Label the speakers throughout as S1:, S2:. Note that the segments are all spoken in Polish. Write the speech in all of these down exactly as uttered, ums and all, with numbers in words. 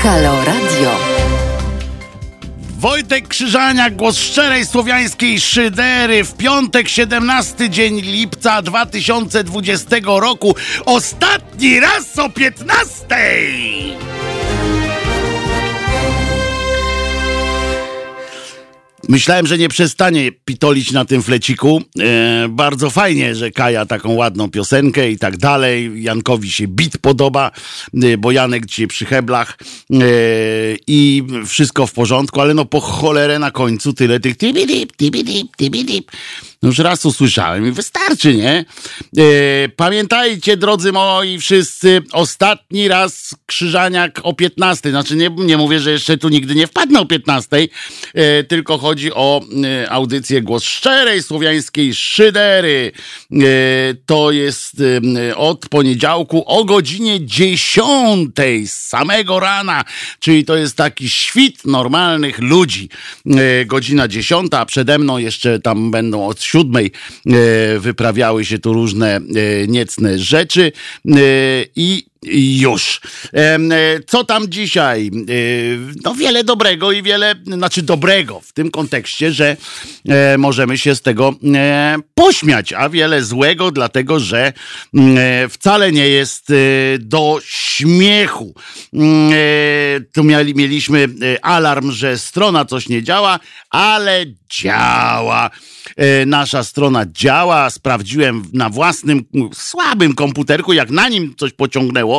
S1: Halo Radio.
S2: Wojtek Krzyżaniak, głos szczerej słowiańskiej szydery, w piątek, siedemnasty dzień lipca dwa tysiące dwudziestego roku, ostatni raz o piętnastej. Myślałem, że nie przestanie pitolić na tym fleciku. E, bardzo fajnie, że Kaja taką ładną piosenkę i tak dalej. Jankowi się bit podoba, e, bo Janek dzisiaj przy heblach e, i wszystko w porządku, ale no po cholerę na końcu tyle tych tibidip, tibidip, tibidip. No już raz usłyszałem i wystarczy, nie? E, pamiętajcie, drodzy moi wszyscy, ostatni raz Krzyżaniak o piętnastej. Znaczy nie, nie mówię, że jeszcze tu nigdy nie wpadnę o piętnastej, e, tylko chodzi o e, audycję Głos Szczerej Słowiańskiej Szydery. E, to jest e, od poniedziałku o godzinie dziesiątej z samego rana, czyli to jest taki świt normalnych ludzi. E, godzina dziesiąta, a przede mną jeszcze tam będą od siódmej e, wyprawiały się tu różne e, niecne rzeczy e, i I już. E, co tam dzisiaj? E, no wiele dobrego i wiele, znaczy dobrego w tym kontekście, że e, możemy się z tego e, pośmiać, a wiele złego, dlatego że e, wcale nie jest e, do śmiechu. E, tu mieli, mieliśmy alarm, że strona coś nie działa, ale działa. E, nasza strona działa. Sprawdziłem na własnym słabym komputerku, jak na nim coś pociągnęło,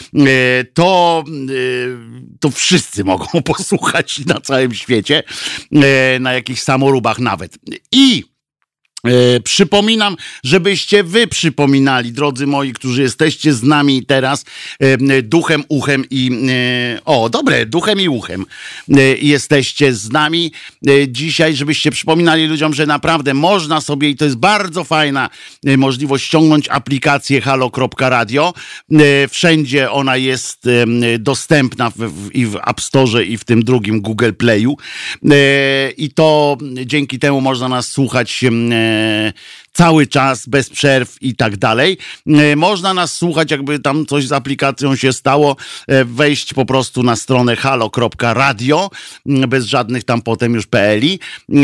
S2: to, to wszyscy mogą posłuchać na całym świecie, na jakichś samorubach nawet. I E, przypominam, żebyście wy przypominali, drodzy moi, którzy jesteście z nami teraz, e, duchem, uchem i e, o, dobre, duchem i uchem e, jesteście z nami e, dzisiaj, żebyście przypominali ludziom, że naprawdę można sobie, i to jest bardzo fajna e, możliwość, ściągnąć aplikację halo kropka radio. E, wszędzie ona jest e, dostępna w, w, i w App Store, i w tym drugim Google Playu. E, I to dzięki temu można nas słuchać e, cały czas, bez przerw i tak dalej. Można nas słuchać, jakby tam coś z aplikacją się stało, wejść po prostu na stronę halo kropka radio, bez żadnych tam potem już pe el i,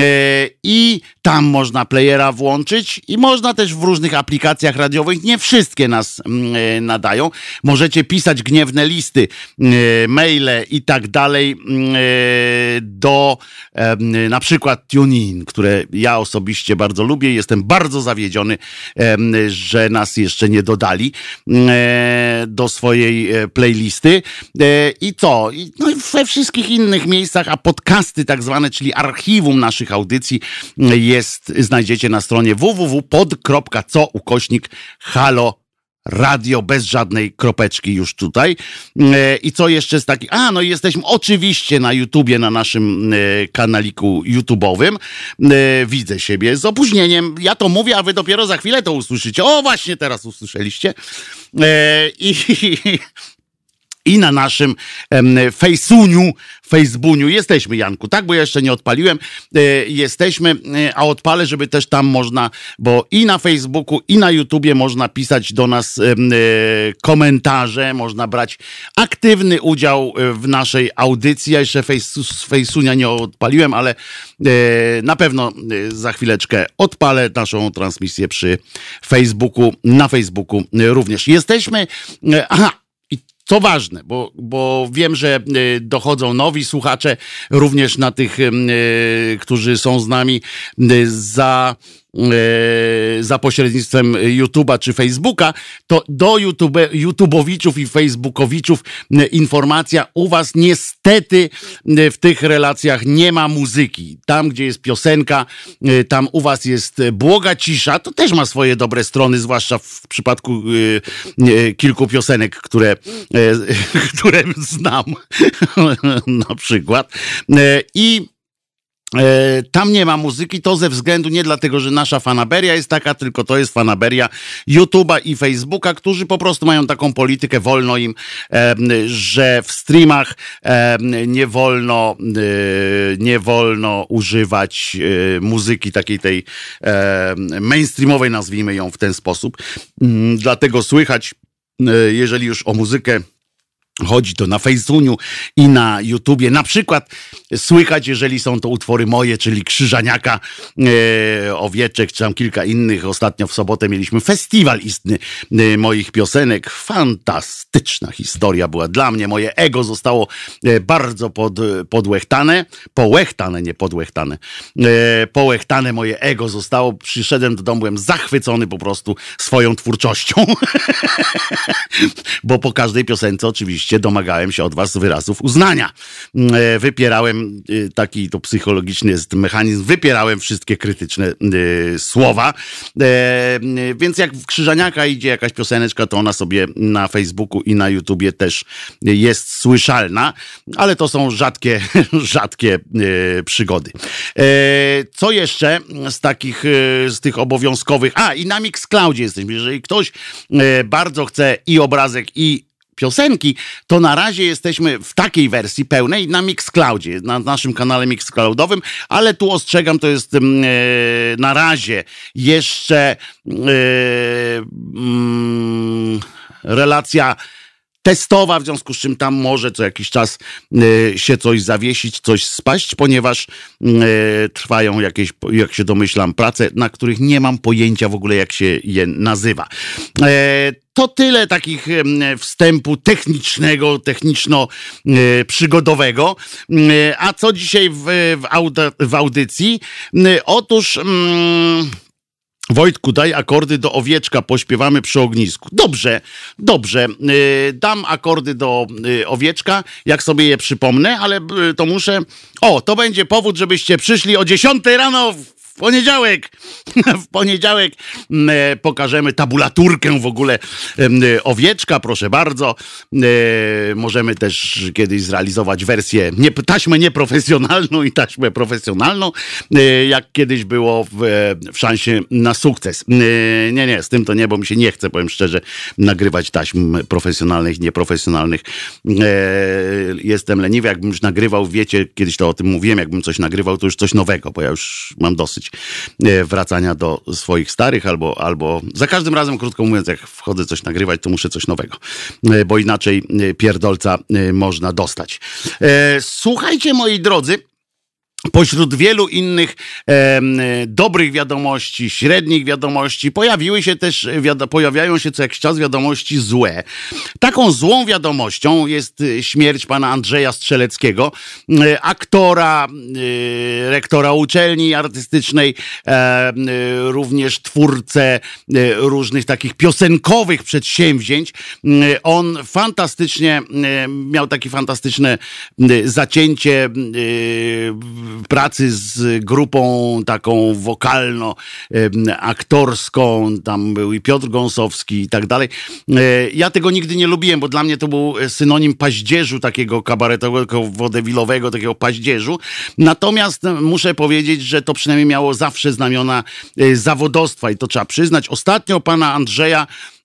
S2: i tam można playera włączyć i można też w różnych aplikacjach radiowych, nie wszystkie nas nadają. Możecie pisać gniewne listy, maile i tak dalej do na przykład TuneIn, które ja osobiście bardzo lubię. Jestem bardzo zawiedziony, że nas jeszcze nie dodali do swojej playlisty. I co? No i we wszystkich innych miejscach, a podcasty tak zwane, czyli archiwum naszych audycji jest, znajdziecie na stronie w w w kropka pod kropka co ukośnik halo radio, bez żadnej kropeczki już tutaj. I co jeszcze z takich? A, no i jesteśmy oczywiście na YouTubie, na naszym kanaliku YouTube'owym. Widzę siebie z opóźnieniem. Ja to mówię, a wy dopiero za chwilę to usłyszycie. O, właśnie teraz usłyszeliście. I... I na naszym em, fejsuniu, Facebooku jesteśmy, Janku, tak? Bo ja jeszcze nie odpaliłem. E, jesteśmy, e, a odpalę, żeby też tam można, bo i na Facebooku, i na YouTubie można pisać do nas e, komentarze, można brać aktywny udział w naszej audycji. Ja jeszcze fejs, fejsunia nie odpaliłem, ale e, na pewno e, za chwileczkę odpalę naszą transmisję przy Facebooku, na Facebooku również. Jesteśmy, e, aha, co ważne, bo, bo wiem, że dochodzą nowi słuchacze, również na tych, którzy są z nami za, za pośrednictwem YouTube'a czy Facebooka, to do YouTube, YouTubowiczów i Facebookowiczów informacja: u was niestety w tych relacjach nie ma muzyki. Tam, gdzie jest piosenka, tam u was jest błoga cisza. To też ma swoje dobre strony, zwłaszcza w przypadku kilku piosenek, które, które znam na przykład. I tam nie ma muzyki, to ze względu nie dlatego, że nasza fanaberia jest taka, tylko to jest fanaberia YouTube'a i Facebooka, którzy po prostu mają taką politykę, wolno im, że w streamach nie wolno, nie wolno używać muzyki takiej tej mainstreamowej, nazwijmy ją w ten sposób. Dlatego słychać, jeżeli już o muzykę chodzi to na Fejsuniu i na YouTubie. Na przykład słychać, jeżeli są to utwory moje, czyli Krzyżaniaka, e, Owieczek, czy tam kilka innych. Ostatnio w sobotę mieliśmy festiwal istny e, moich piosenek. Fantastyczna historia była dla mnie. Moje ego zostało e, bardzo pod, podłechtane. Połechtane, nie podłechtane. E, połechtane moje ego zostało. Przyszedłem do domu, byłem zachwycony po prostu swoją twórczością. Bo po każdej piosence oczywiście domagałem się od was wyrazów uznania. Wypierałem, taki to psychologiczny jest mechanizm, wypierałem wszystkie krytyczne y, słowa. E, więc jak w Krzyżaniaka idzie jakaś pioseneczka, to ona sobie na Facebooku i na YouTubie też jest słyszalna, ale to są rzadkie, rzadkie y, przygody. E, co jeszcze z takich, y, z tych obowiązkowych? A, i na Mixcloudzie jesteśmy. Jeżeli ktoś y, bardzo chce i obrazek, i piosenki, to na razie jesteśmy w takiej wersji pełnej na Mixcloudzie, na naszym kanale Mixcloudowym, ale tu ostrzegam, to jest e, na razie jeszcze e, mm, relacja testowa, w związku z czym tam może co jakiś czas y, się coś zawiesić, coś spaść, ponieważ y, trwają jakieś, jak się domyślam, prace, na których nie mam pojęcia w ogóle, jak się je nazywa. E, to tyle takich y, wstępu technicznego, techniczno-przygodowego. Y, y, a co dzisiaj w, w, auda, w audycji? Y, otóż... Y, Wojtku, daj akordy do Owieczka, pośpiewamy przy ognisku. Dobrze, dobrze. Yy, dam akordy do yy, Owieczka, jak sobie je przypomnę, ale yy, to muszę... O, to będzie powód, żebyście przyszli o dziesiątej rano w poniedziałek. W poniedziałek yy, pokażemy tabulaturkę w ogóle yy, Owieczka, proszę bardzo. Yy, możemy też kiedyś zrealizować wersję, nie, taśmę nieprofesjonalną i taśmę profesjonalną, yy, jak kiedyś było w, w Szansie na sukces. Yy, nie, nie, z tym to nie, bo mi się nie chce, powiem szczerze, nagrywać taśm profesjonalnych, nieprofesjonalnych. Yy, jestem leniwy, jakbym już nagrywał, wiecie, kiedyś to o tym mówiłem, jakbym coś nagrywał, to już coś nowego, bo ja już mam dosyć wracania do swoich starych, albo, albo za każdym razem, krótko mówiąc, jak wchodzę coś nagrywać, to muszę coś nowego, bo inaczej pierdolca można dostać. Słuchajcie, moi drodzy, pośród wielu innych e, dobrych wiadomości, średnich wiadomości, pojawiły się też, wiado, pojawiają się co jakiś czas wiadomości złe. Taką złą wiadomością jest śmierć pana Andrzeja Strzeleckiego, e, aktora, e, rektora uczelni artystycznej, e, e, również twórcę e, różnych takich piosenkowych przedsięwzięć. E, on fantastycznie e, miał takie fantastyczne e, zacięcie e, pracy z grupą taką wokalno-aktorską, tam był i Piotr Gąsowski i tak dalej. Ja tego nigdy nie lubiłem, bo dla mnie to był synonim paździerzu, takiego kabaretowego, wodewilowego, takiego paździerzu. Natomiast muszę powiedzieć, że to przynajmniej miało zawsze znamiona zawodowstwa i to trzeba przyznać. Ostatnio pana Andrzeja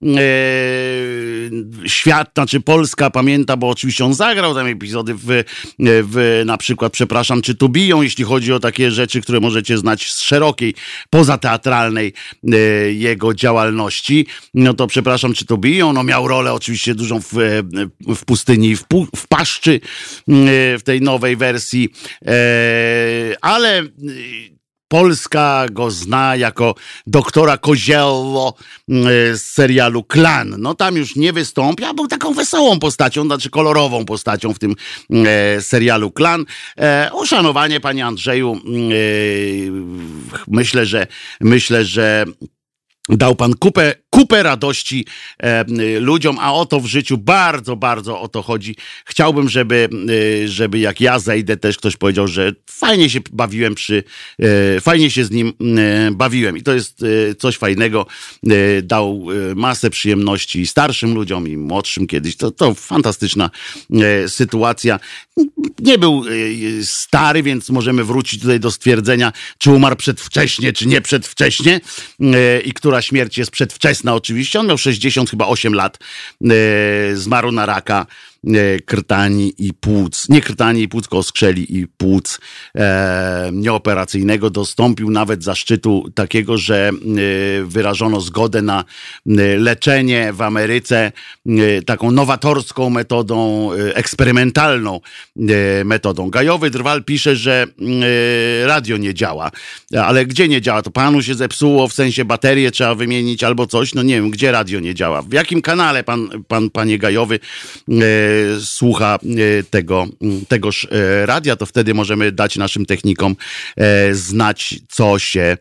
S2: świat, znaczy Polska pamięta, bo oczywiście on zagrał tam epizody w, w na przykład, przepraszam, czy tu biją, jeśli chodzi o takie rzeczy, które możecie znać z szerokiej, pozateatralnej jego działalności, no to przepraszam, czy tu biją, no miał rolę oczywiście dużą w, w pustyni, w, pu, w paszczy, w tej nowej wersji, ale Polska go zna jako doktora Koziello z serialu Klan. No tam już nie wystąpi, a był taką wesołą postacią, znaczy kolorową postacią w tym e, serialu Klan. E, uszanowanie, panie Andrzeju. E, myślę, że myślę, że dał pan kupę, kupę radości e, ludziom, a o to w życiu bardzo, bardzo o to chodzi. Chciałbym, żeby, e, żeby jak ja zejdę, też ktoś powiedział, że fajnie się bawiłem przy, e, fajnie się z nim e, bawiłem. I to jest e, coś fajnego. E, dał e, masę przyjemności starszym ludziom i młodszym kiedyś. To, to fantastyczna e, sytuacja. Nie był e, stary, więc możemy wrócić tutaj do stwierdzenia, czy umarł przedwcześnie, czy nie przedwcześnie e, i która śmierć jest przedwczesna oczywiście. On miał sześćdziesiąt chyba osiem lat, e, zmarł na raka. krtani i płuc, nie krtani i płuc, tylko skrzeli i płuc e, nieoperacyjnego. Dostąpił nawet zaszczytu takiego, że e, wyrażono zgodę na e, leczenie w Ameryce e, taką nowatorską metodą, e, eksperymentalną e, metodą. Gajowy Drwal pisze, że e, radio nie działa. Ale gdzie nie działa? To panu się zepsuło, w sensie baterię trzeba wymienić albo coś? No nie wiem, gdzie radio nie działa? W jakim kanale pan, pan panie Gajowy e, słucha e, tego, tegoż e, radia? To wtedy możemy dać naszym technikom e, znać, co się,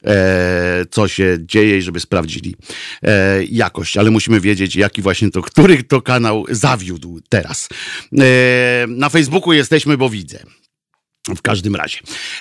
S2: e, co się dzieje i żeby sprawdzili e, jakość. Ale musimy wiedzieć, jaki właśnie to, który to kanał zawiódł teraz. E, na Facebooku jesteśmy, bo widzę. W każdym razie.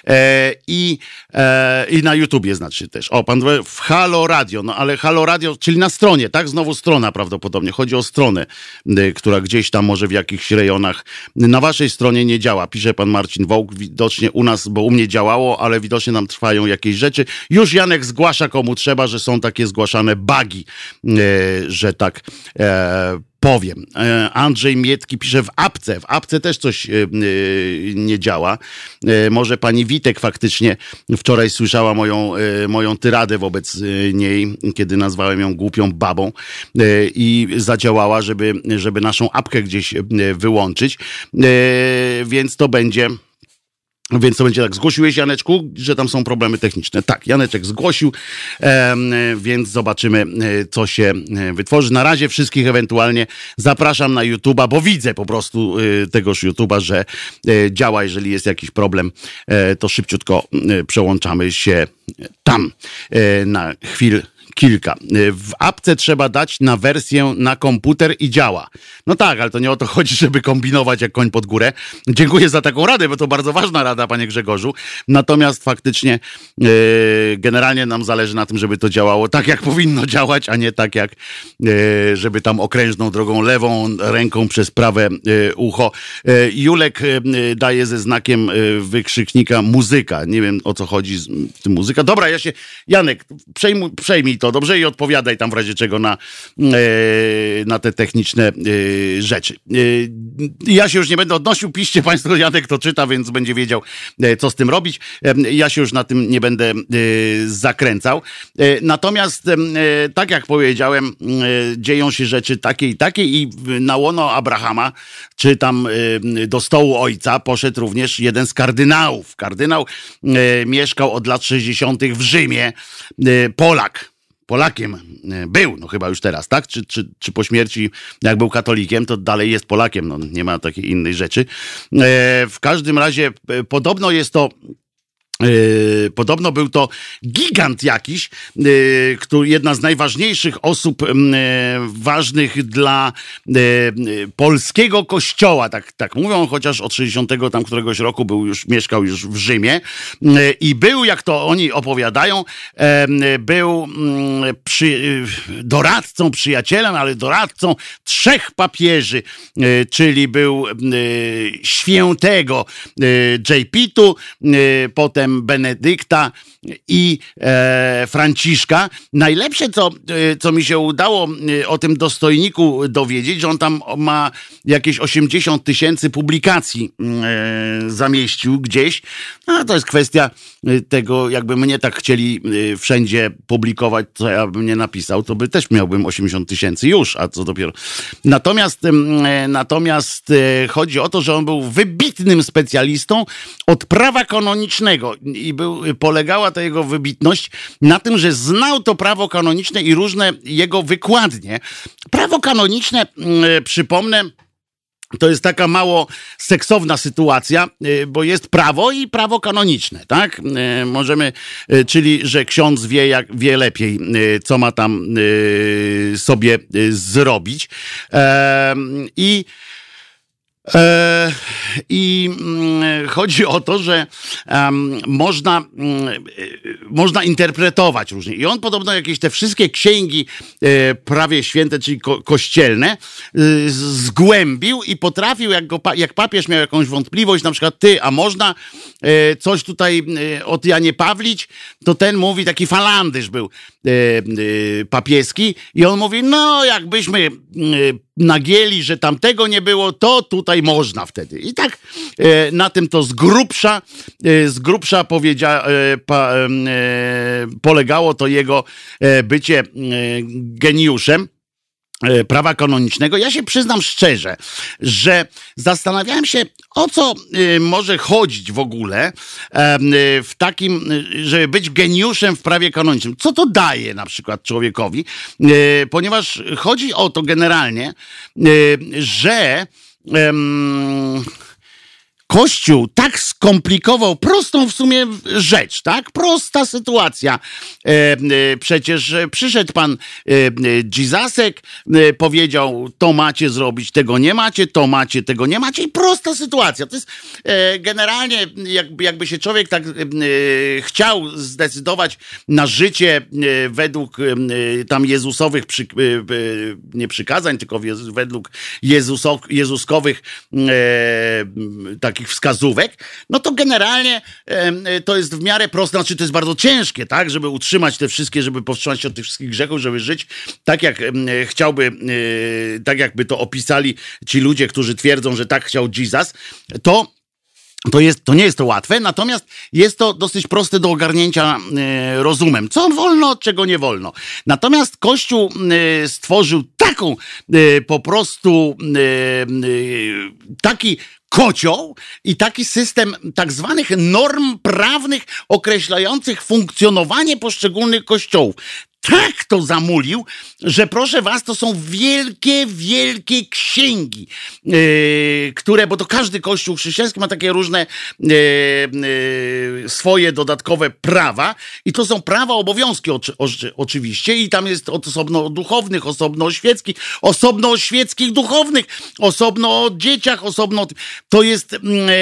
S2: E, i, e, I na YouTubie znaczy też. O, pan w Halo Radio, no ale Halo Radio, czyli na stronie, tak? Znowu strona prawdopodobnie. Chodzi o stronę, y, która gdzieś tam może w jakichś rejonach na waszej stronie nie działa. Pisze pan Marcin Wołk, widocznie u nas, bo u mnie działało, ale widocznie nam trwają jakieś rzeczy. Już Janek zgłasza komu trzeba, że są takie zgłaszane bugi, y, że tak e, powiem. Andrzej Mietki pisze w apce. W apce też coś yy, nie działa. Yy, może pani Witek faktycznie wczoraj słyszała moją, yy, moją tyradę wobec yy, niej, kiedy nazwałem ją głupią babą yy, i zadziałała, żeby, żeby naszą apkę gdzieś yy, wyłączyć. Yy, więc to będzie... Więc to będzie tak. Zgłosiłeś, Janeczku, że tam są problemy techniczne. Tak, Janeczek zgłosił, e, więc zobaczymy, co się wytworzy. Na razie wszystkich ewentualnie zapraszam na YouTube'a, bo widzę po prostu e, tegoż YouTube'a, że e, działa. Jeżeli jest jakiś problem, e, to szybciutko e, przełączamy się tam e, na chwilę. Kilka. W apce trzeba dać na wersję na komputer i działa. No tak, ale to nie o to chodzi, żeby kombinować jak koń pod górę. Dziękuję za taką radę, bo to bardzo ważna rada, panie Grzegorzu. Natomiast faktycznie yy, generalnie nam zależy na tym, żeby to działało tak, jak powinno działać, a nie tak jak, yy, żeby tam okrężną drogą lewą ręką przez prawe yy, ucho. Yy, Julek yy, daje ze znakiem yy, wykrzyknika muzyka. Nie wiem, o co chodzi z tym muzyka. Dobra, ja się... Janek, przejmuj, przejmij to dobrze i odpowiadaj tam w razie czego na, e, na te techniczne e, rzeczy. E, ja się już nie będę odnosił, piszcie państwo, Janek to czyta, więc będzie wiedział, e, co z tym robić. E, ja się już na tym nie będę e, zakręcał. E, natomiast, e, tak jak powiedziałem, e, dzieją się rzeczy takie i takie i na łono Abrahama, czy tam e, do stołu ojca poszedł również jeden z kardynałów. Kardynał e, mieszkał od lat sześćdziesiątych w Rzymie. E, Polak. Polakiem był, no chyba już teraz, tak? Czy, czy, czy po śmierci, jak był katolikiem, to dalej jest Polakiem, no nie ma takiej innej rzeczy. E, w każdym razie e, podobno jest to Yy, podobno był to gigant jakiś, yy, który, jedna z najważniejszych osób yy, ważnych dla yy, polskiego kościoła, tak, tak mówią, chociaż od sześćdziesiątego tam któregoś roku był już, mieszkał już w Rzymie yy, i był, jak to oni opowiadają, yy, był yy, przy, yy, doradcą, przyjacielem, ale doradcą trzech papieży, yy, czyli był yy, świętego yy, J P-tu, yy, potem Benedykta i e, Franciszka. Najlepsze, co, e, co mi się udało e, o tym dostojniku dowiedzieć, że on tam ma jakieś osiemdziesiąt tysięcy publikacji e, zamieścił gdzieś. A to jest kwestia e, tego, jakby mnie tak chcieli e, wszędzie publikować, co ja bym nie napisał, to by też miałbym osiemdziesiąt tysięcy już, a co dopiero. Natomiast, e, natomiast e, chodzi o to, że on był wybitnym specjalistą od prawa kanonicznego i był, polegała ta jego wybitność na tym, że znał to prawo kanoniczne i różne jego wykładnie. Prawo kanoniczne, yy, przypomnę, to jest taka mało seksowna sytuacja, bo jest prawo i prawo kanoniczne, tak? Możemy, czyli, że ksiądz wie, jak, wie lepiej, co ma tam sobie zrobić. I E, I mm, chodzi o to, że um, można, mm, można interpretować różnie. I on podobno jakieś te wszystkie księgi e, prawie święte, czyli ko- kościelne, e, zgłębił i potrafił, jak, go, jak papież miał jakąś wątpliwość, na przykład ty, a można e, coś tutaj e, od Janie Pawlić, to ten mówi, taki falandysz był e, e, papieski i on mówi, no jakbyśmy e, nagięli, że tamtego nie było, to tutaj można wtedy. I tak e, na tym to z grubsza, e, z grubsza powiedzia, e, pa, e, polegało to jego e, bycie e, geniuszem prawa kanonicznego. Ja się przyznam szczerze, że zastanawiałem się, o co y, może chodzić w ogóle y, w takim, y, żeby być geniuszem w prawie kanonicznym. Co to daje na przykład człowiekowi? Y, ponieważ chodzi o to generalnie, y, że y, Kościół tak skomplikował prostą w sumie rzecz, tak? Prosta sytuacja. E, e, przecież przyszedł pan e, Jesusek, e, powiedział, to macie zrobić, tego nie macie, to macie, tego nie macie i prosta sytuacja. To jest e, generalnie, jakby, jakby się człowiek tak e, chciał zdecydować na życie e, według e, tam Jezusowych, przy, e, nie przykazań, tylko według Jezuso, jezuskowych e, takich wskazówek, no to generalnie e, to jest w miarę proste, znaczy to jest bardzo ciężkie, tak, żeby utrzymać te wszystkie, żeby powstrzymać się od tych wszystkich grzechów, żeby żyć tak jak e, chciałby, e, tak jakby to opisali ci ludzie, którzy twierdzą, że tak chciał Jesus, to To, jest, to nie jest to łatwe, natomiast jest to dosyć proste do ogarnięcia e, rozumem. Co wolno, czego nie wolno. Natomiast Kościół e, stworzył taką e, po prostu e, e, taki kocioł i taki system tak zwanych norm prawnych określających funkcjonowanie poszczególnych kościołów. Tak to zamulił, że proszę was, to są wielkie, wielkie księgi, yy, które, bo to każdy kościół chrześcijański ma takie różne yy, yy, swoje dodatkowe prawa i to są prawa, obowiązki oczy, oczy, oczywiście i tam jest osobno o duchownych, osobno o świeckich, osobno o świeckich duchownych, osobno o dzieciach, osobno o... To jest yy,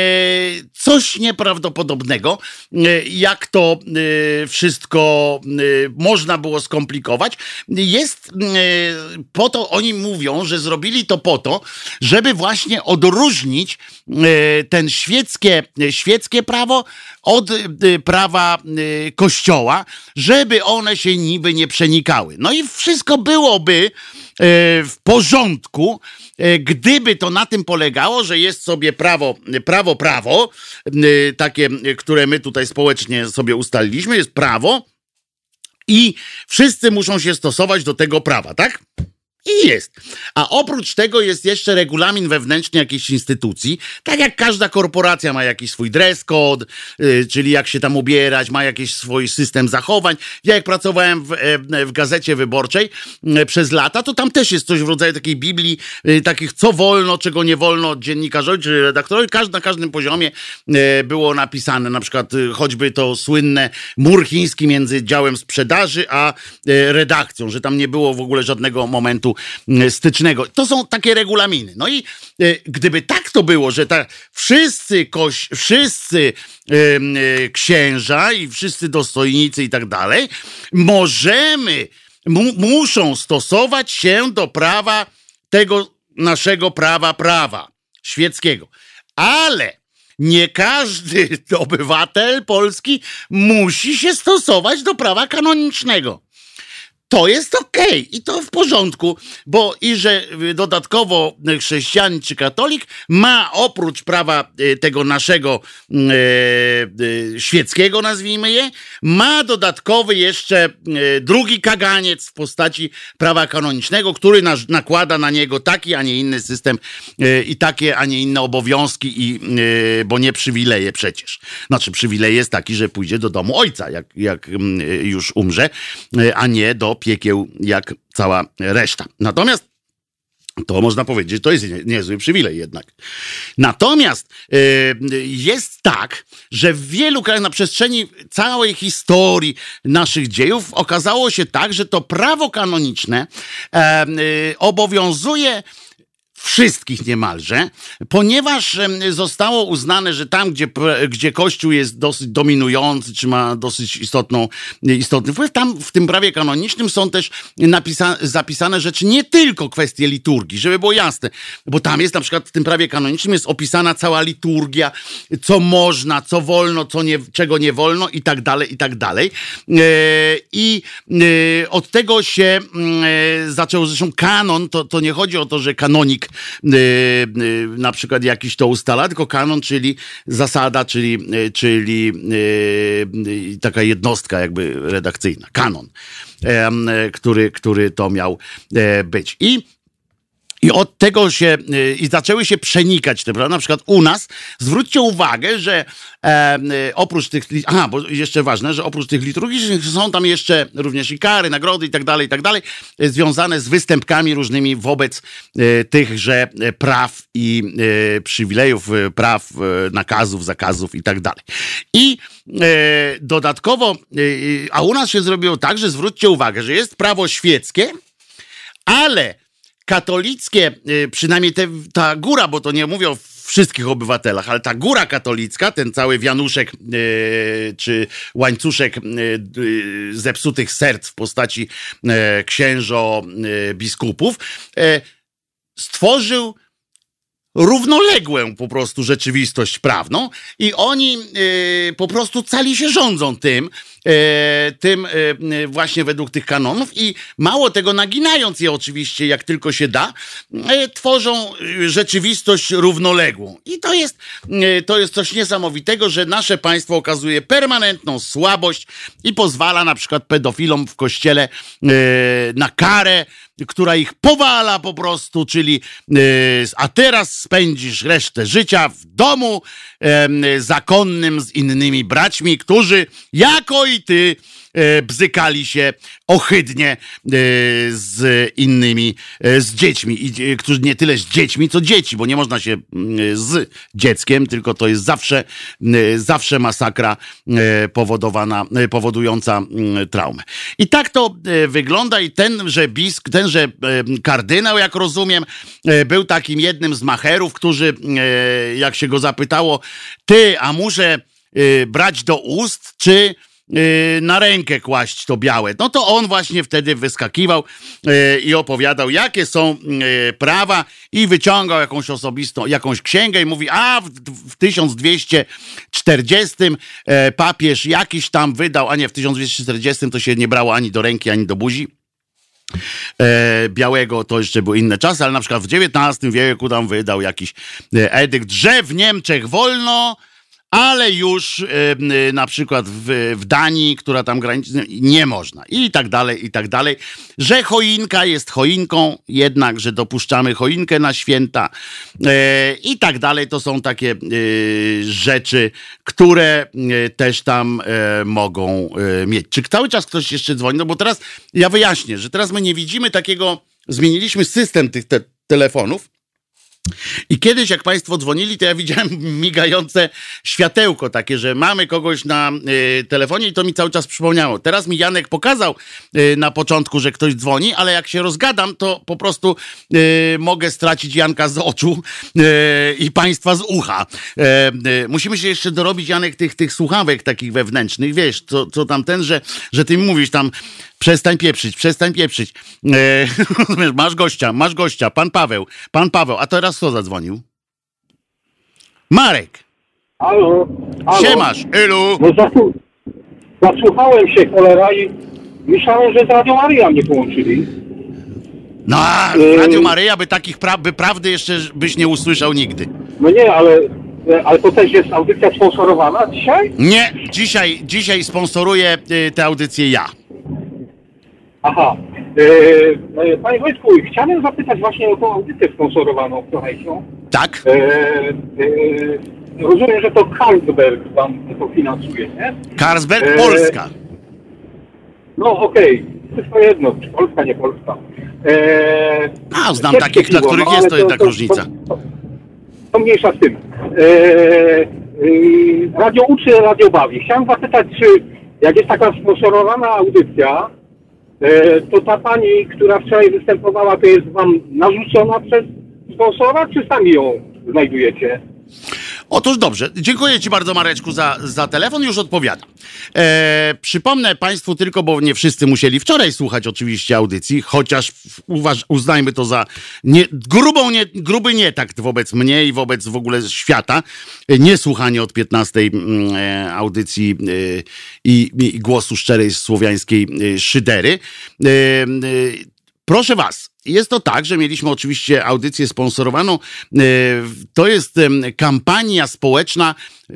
S2: coś nieprawdopodobnego, yy, jak to yy, wszystko yy, można było skomplikować. Jest po to, oni mówią, że zrobili to po to, żeby właśnie odróżnić ten świeckie, świeckie prawo od prawa Kościoła, żeby one się niby nie przenikały. No i wszystko byłoby w porządku, gdyby to na tym polegało, że jest sobie prawo, prawo, prawo, takie, które my tutaj społecznie sobie ustaliliśmy, jest prawo, i wszyscy muszą się stosować do tego prawa, tak? I jest. A oprócz tego jest jeszcze regulamin wewnętrzny jakiejś instytucji, tak jak każda korporacja ma jakiś swój dress code, yy, czyli jak się tam ubierać, ma jakiś swój system zachowań. Ja jak pracowałem w, yy, w Gazecie Wyborczej yy, przez lata, to tam też jest coś w rodzaju takiej Biblii, yy, takich co wolno, czego nie wolno dziennikarzowi czy redaktorowi. Każdy, na każdym poziomie yy, było napisane, na przykład yy, choćby to słynne mur chiński między działem sprzedaży a yy, redakcją, że tam nie było w ogóle żadnego momentu stycznego. To są takie regulaminy. No i y, gdyby tak to było, że ta, wszyscy, koś, wszyscy y, y, księża i wszyscy dostojnicy i tak dalej, możemy, mu, muszą stosować się do prawa tego naszego prawa, prawa świeckiego. Ale nie każdy obywatel polski musi się stosować do prawa kanonicznego. To jest okej okay. I to w porządku, bo i że dodatkowo chrześcijanin czy katolik ma oprócz prawa tego naszego e, e, świeckiego, nazwijmy je, ma dodatkowy jeszcze e, drugi kaganiec w postaci prawa kanonicznego, który na, nakłada na niego taki, a nie inny system e, i takie, a nie inne obowiązki, i, e, bo nie przywileje przecież. Znaczy przywilej jest taki, że pójdzie do domu ojca, jak, jak już umrze, a nie do piekieł jak cała reszta. Natomiast to można powiedzieć, że to jest niezły przywilej jednak. Natomiast yy, jest tak, że w wielu krajach na przestrzeni całej historii naszych dziejów okazało się tak, że to prawo kanoniczne yy, yy, obowiązuje w wszystkich niemalże, ponieważ zostało uznane, że tam, gdzie, gdzie Kościół jest dosyć dominujący, czy ma dosyć istotną, istotny wpływ, tam w tym prawie kanonicznym są też napisa- zapisane rzeczy, nie tylko kwestie liturgii, żeby było jasne, bo tam jest na przykład w tym prawie kanonicznym jest opisana cała liturgia, co można, co wolno, co nie, czego nie wolno i tak dalej, i tak dalej. I od tego się zaczął, zresztą kanon, to, to nie chodzi o to, że kanonik na przykład jakiś to ustala, tylko kanon, czyli zasada, czyli, czyli taka jednostka jakby redakcyjna, kanon, który, który to miał być. I I od tego się, i zaczęły się przenikać te, prawda? Na przykład u nas, zwróćcie uwagę, że e, oprócz tych, aha, bo jeszcze ważne, że oprócz tych liturgicznych są tam jeszcze również i kary, nagrody i tak dalej, i tak dalej, związane z występkami różnymi wobec e, tychże praw i e, przywilejów, e, praw, e, nakazów, zakazów i tak dalej. I e, dodatkowo, e, a u nas się zrobiło tak, że zwróćcie uwagę, że jest prawo świeckie, ale katolickie, przynajmniej te, ta góra, bo to nie mówię o wszystkich obywatelach, ale ta góra katolicka, ten cały wianuszek yy, czy łańcuszek yy, zepsutych serc w postaci yy, księżo, yy, biskupów, yy, stworzył równoległą po prostu rzeczywistość prawną i oni y, po prostu cali się rządzą tym, y, tym y, właśnie według tych kanonów i mało tego, naginając je oczywiście jak tylko się da, y, tworzą rzeczywistość równoległą. I to jest, y, to jest coś niesamowitego, że nasze państwo okazuje permanentną słabość i pozwala na przykład pedofilom w kościele y, na karę, która ich powala po prostu, czyli yy, a teraz spędzisz resztę życia w domu yy, zakonnym z innymi braćmi, którzy jako i ty yy, bzykali się ohydnie yy, z innymi, yy, z dziećmi, I, yy, którzy nie tyle z dziećmi, co dzieci, bo nie można się yy, z dzieckiem, tylko to jest zawsze, yy, zawsze masakra yy, powodowana, yy, powodująca yy, traumę. I tak to yy, wygląda i tenże bisk, ten że kardynał, jak rozumiem, był takim jednym z macherów, którzy, jak się go zapytało, ty, a muszę brać do ust, czy na rękę kłaść to białe. No to on właśnie wtedy wyskakiwał i opowiadał, jakie są prawa i wyciągał jakąś osobistą, jakąś księgę i mówi, a w, w tysiąc dwieście czterdziestym papież jakiś tam wydał, a nie, w tysiąc dwieście czterdziestym to się nie brało ani do ręki, ani do buzi. E, białego, to jeszcze były inne czasy, ale na przykład w dziewiętnastym wieku tam wydał jakiś edykt, że w Niemczech wolno, ale już e, na przykład w, w Danii, która tam graniczy, nie można. I tak dalej, i tak dalej. Że choinka jest choinką, jednak, że dopuszczamy choinkę na święta e, i tak dalej. To są takie e, rzeczy, które e, też tam e, mogą e, mieć. Czy cały czas ktoś jeszcze dzwoni? No bo teraz ja wyjaśnię, że teraz my nie widzimy takiego, zmieniliśmy system tych te, telefonów. I kiedyś, jak państwo dzwonili, to ja widziałem migające światełko takie, że mamy kogoś na y, telefonie i to mi cały czas przypomniało. Teraz mi Janek pokazał y, na początku, że ktoś dzwoni, ale jak się rozgadam, to po prostu y, mogę stracić Janka z oczu y, i państwa z ucha. Y, y, musimy się jeszcze dorobić, Janek, tych, tych słuchawek takich wewnętrznych, wiesz, co, co tam ten, że, że ty mi mówisz tam, przestań pieprzyć, przestań pieprzyć. E, masz gościa, masz gościa, pan Paweł, pan Paweł, a teraz kto zadzwonił? Marek.
S1: Halo, halo.
S2: Siemasz, ilu?
S1: No zasłu- zasłuchałem się, cholera, i myślałem, że z Radio Maryja mnie połączyli.
S2: No, a w Radiu Maryja by takich pra- by prawdy jeszcze byś nie usłyszał nigdy.
S1: No nie, ale, ale to też jest audycja sponsorowana dzisiaj?
S2: Nie, dzisiaj, dzisiaj sponsoruję y, tę audycję ja.
S1: Aha. E, Panie Wojtku, chciałem zapytać właśnie o tą audycję sponsorowaną wczorajszą.
S2: Tak?
S1: E, e, rozumiem, że to Carlsberg tam to finansuje, nie?
S2: Carlsberg, e, Polska.
S1: No okej, okay. Wszystko jedno, czy Polska, nie Polska. E,
S2: A, znam takich, dla których
S1: no,
S2: jest to jednak
S1: to,
S2: różnica.
S1: To, to, to mniejsza z tym. E, e, radio uczy, radio bawi. Chciałem zapytać, czy jak jest taka sponsorowana audycja, to ta pani, która wczoraj występowała, to jest wam narzucona przez sponsora, czy sami ją znajdujecie?
S2: Otóż dobrze, dziękuję Ci bardzo, Mareczku, za, za telefon, już odpowiadam. E, przypomnę Państwu tylko, bo nie wszyscy musieli wczoraj słuchać oczywiście audycji, chociaż uważ, uznajmy to za nie, grubą, nie, gruby nietakt wobec mnie i wobec w ogóle świata. Niesłuchanie od piętnastej e, audycji e, i, i głosu szczerej słowiańskiej e, szydery. E, e, Proszę was, jest to tak, że mieliśmy oczywiście audycję sponsorowaną. To jest kampania społeczna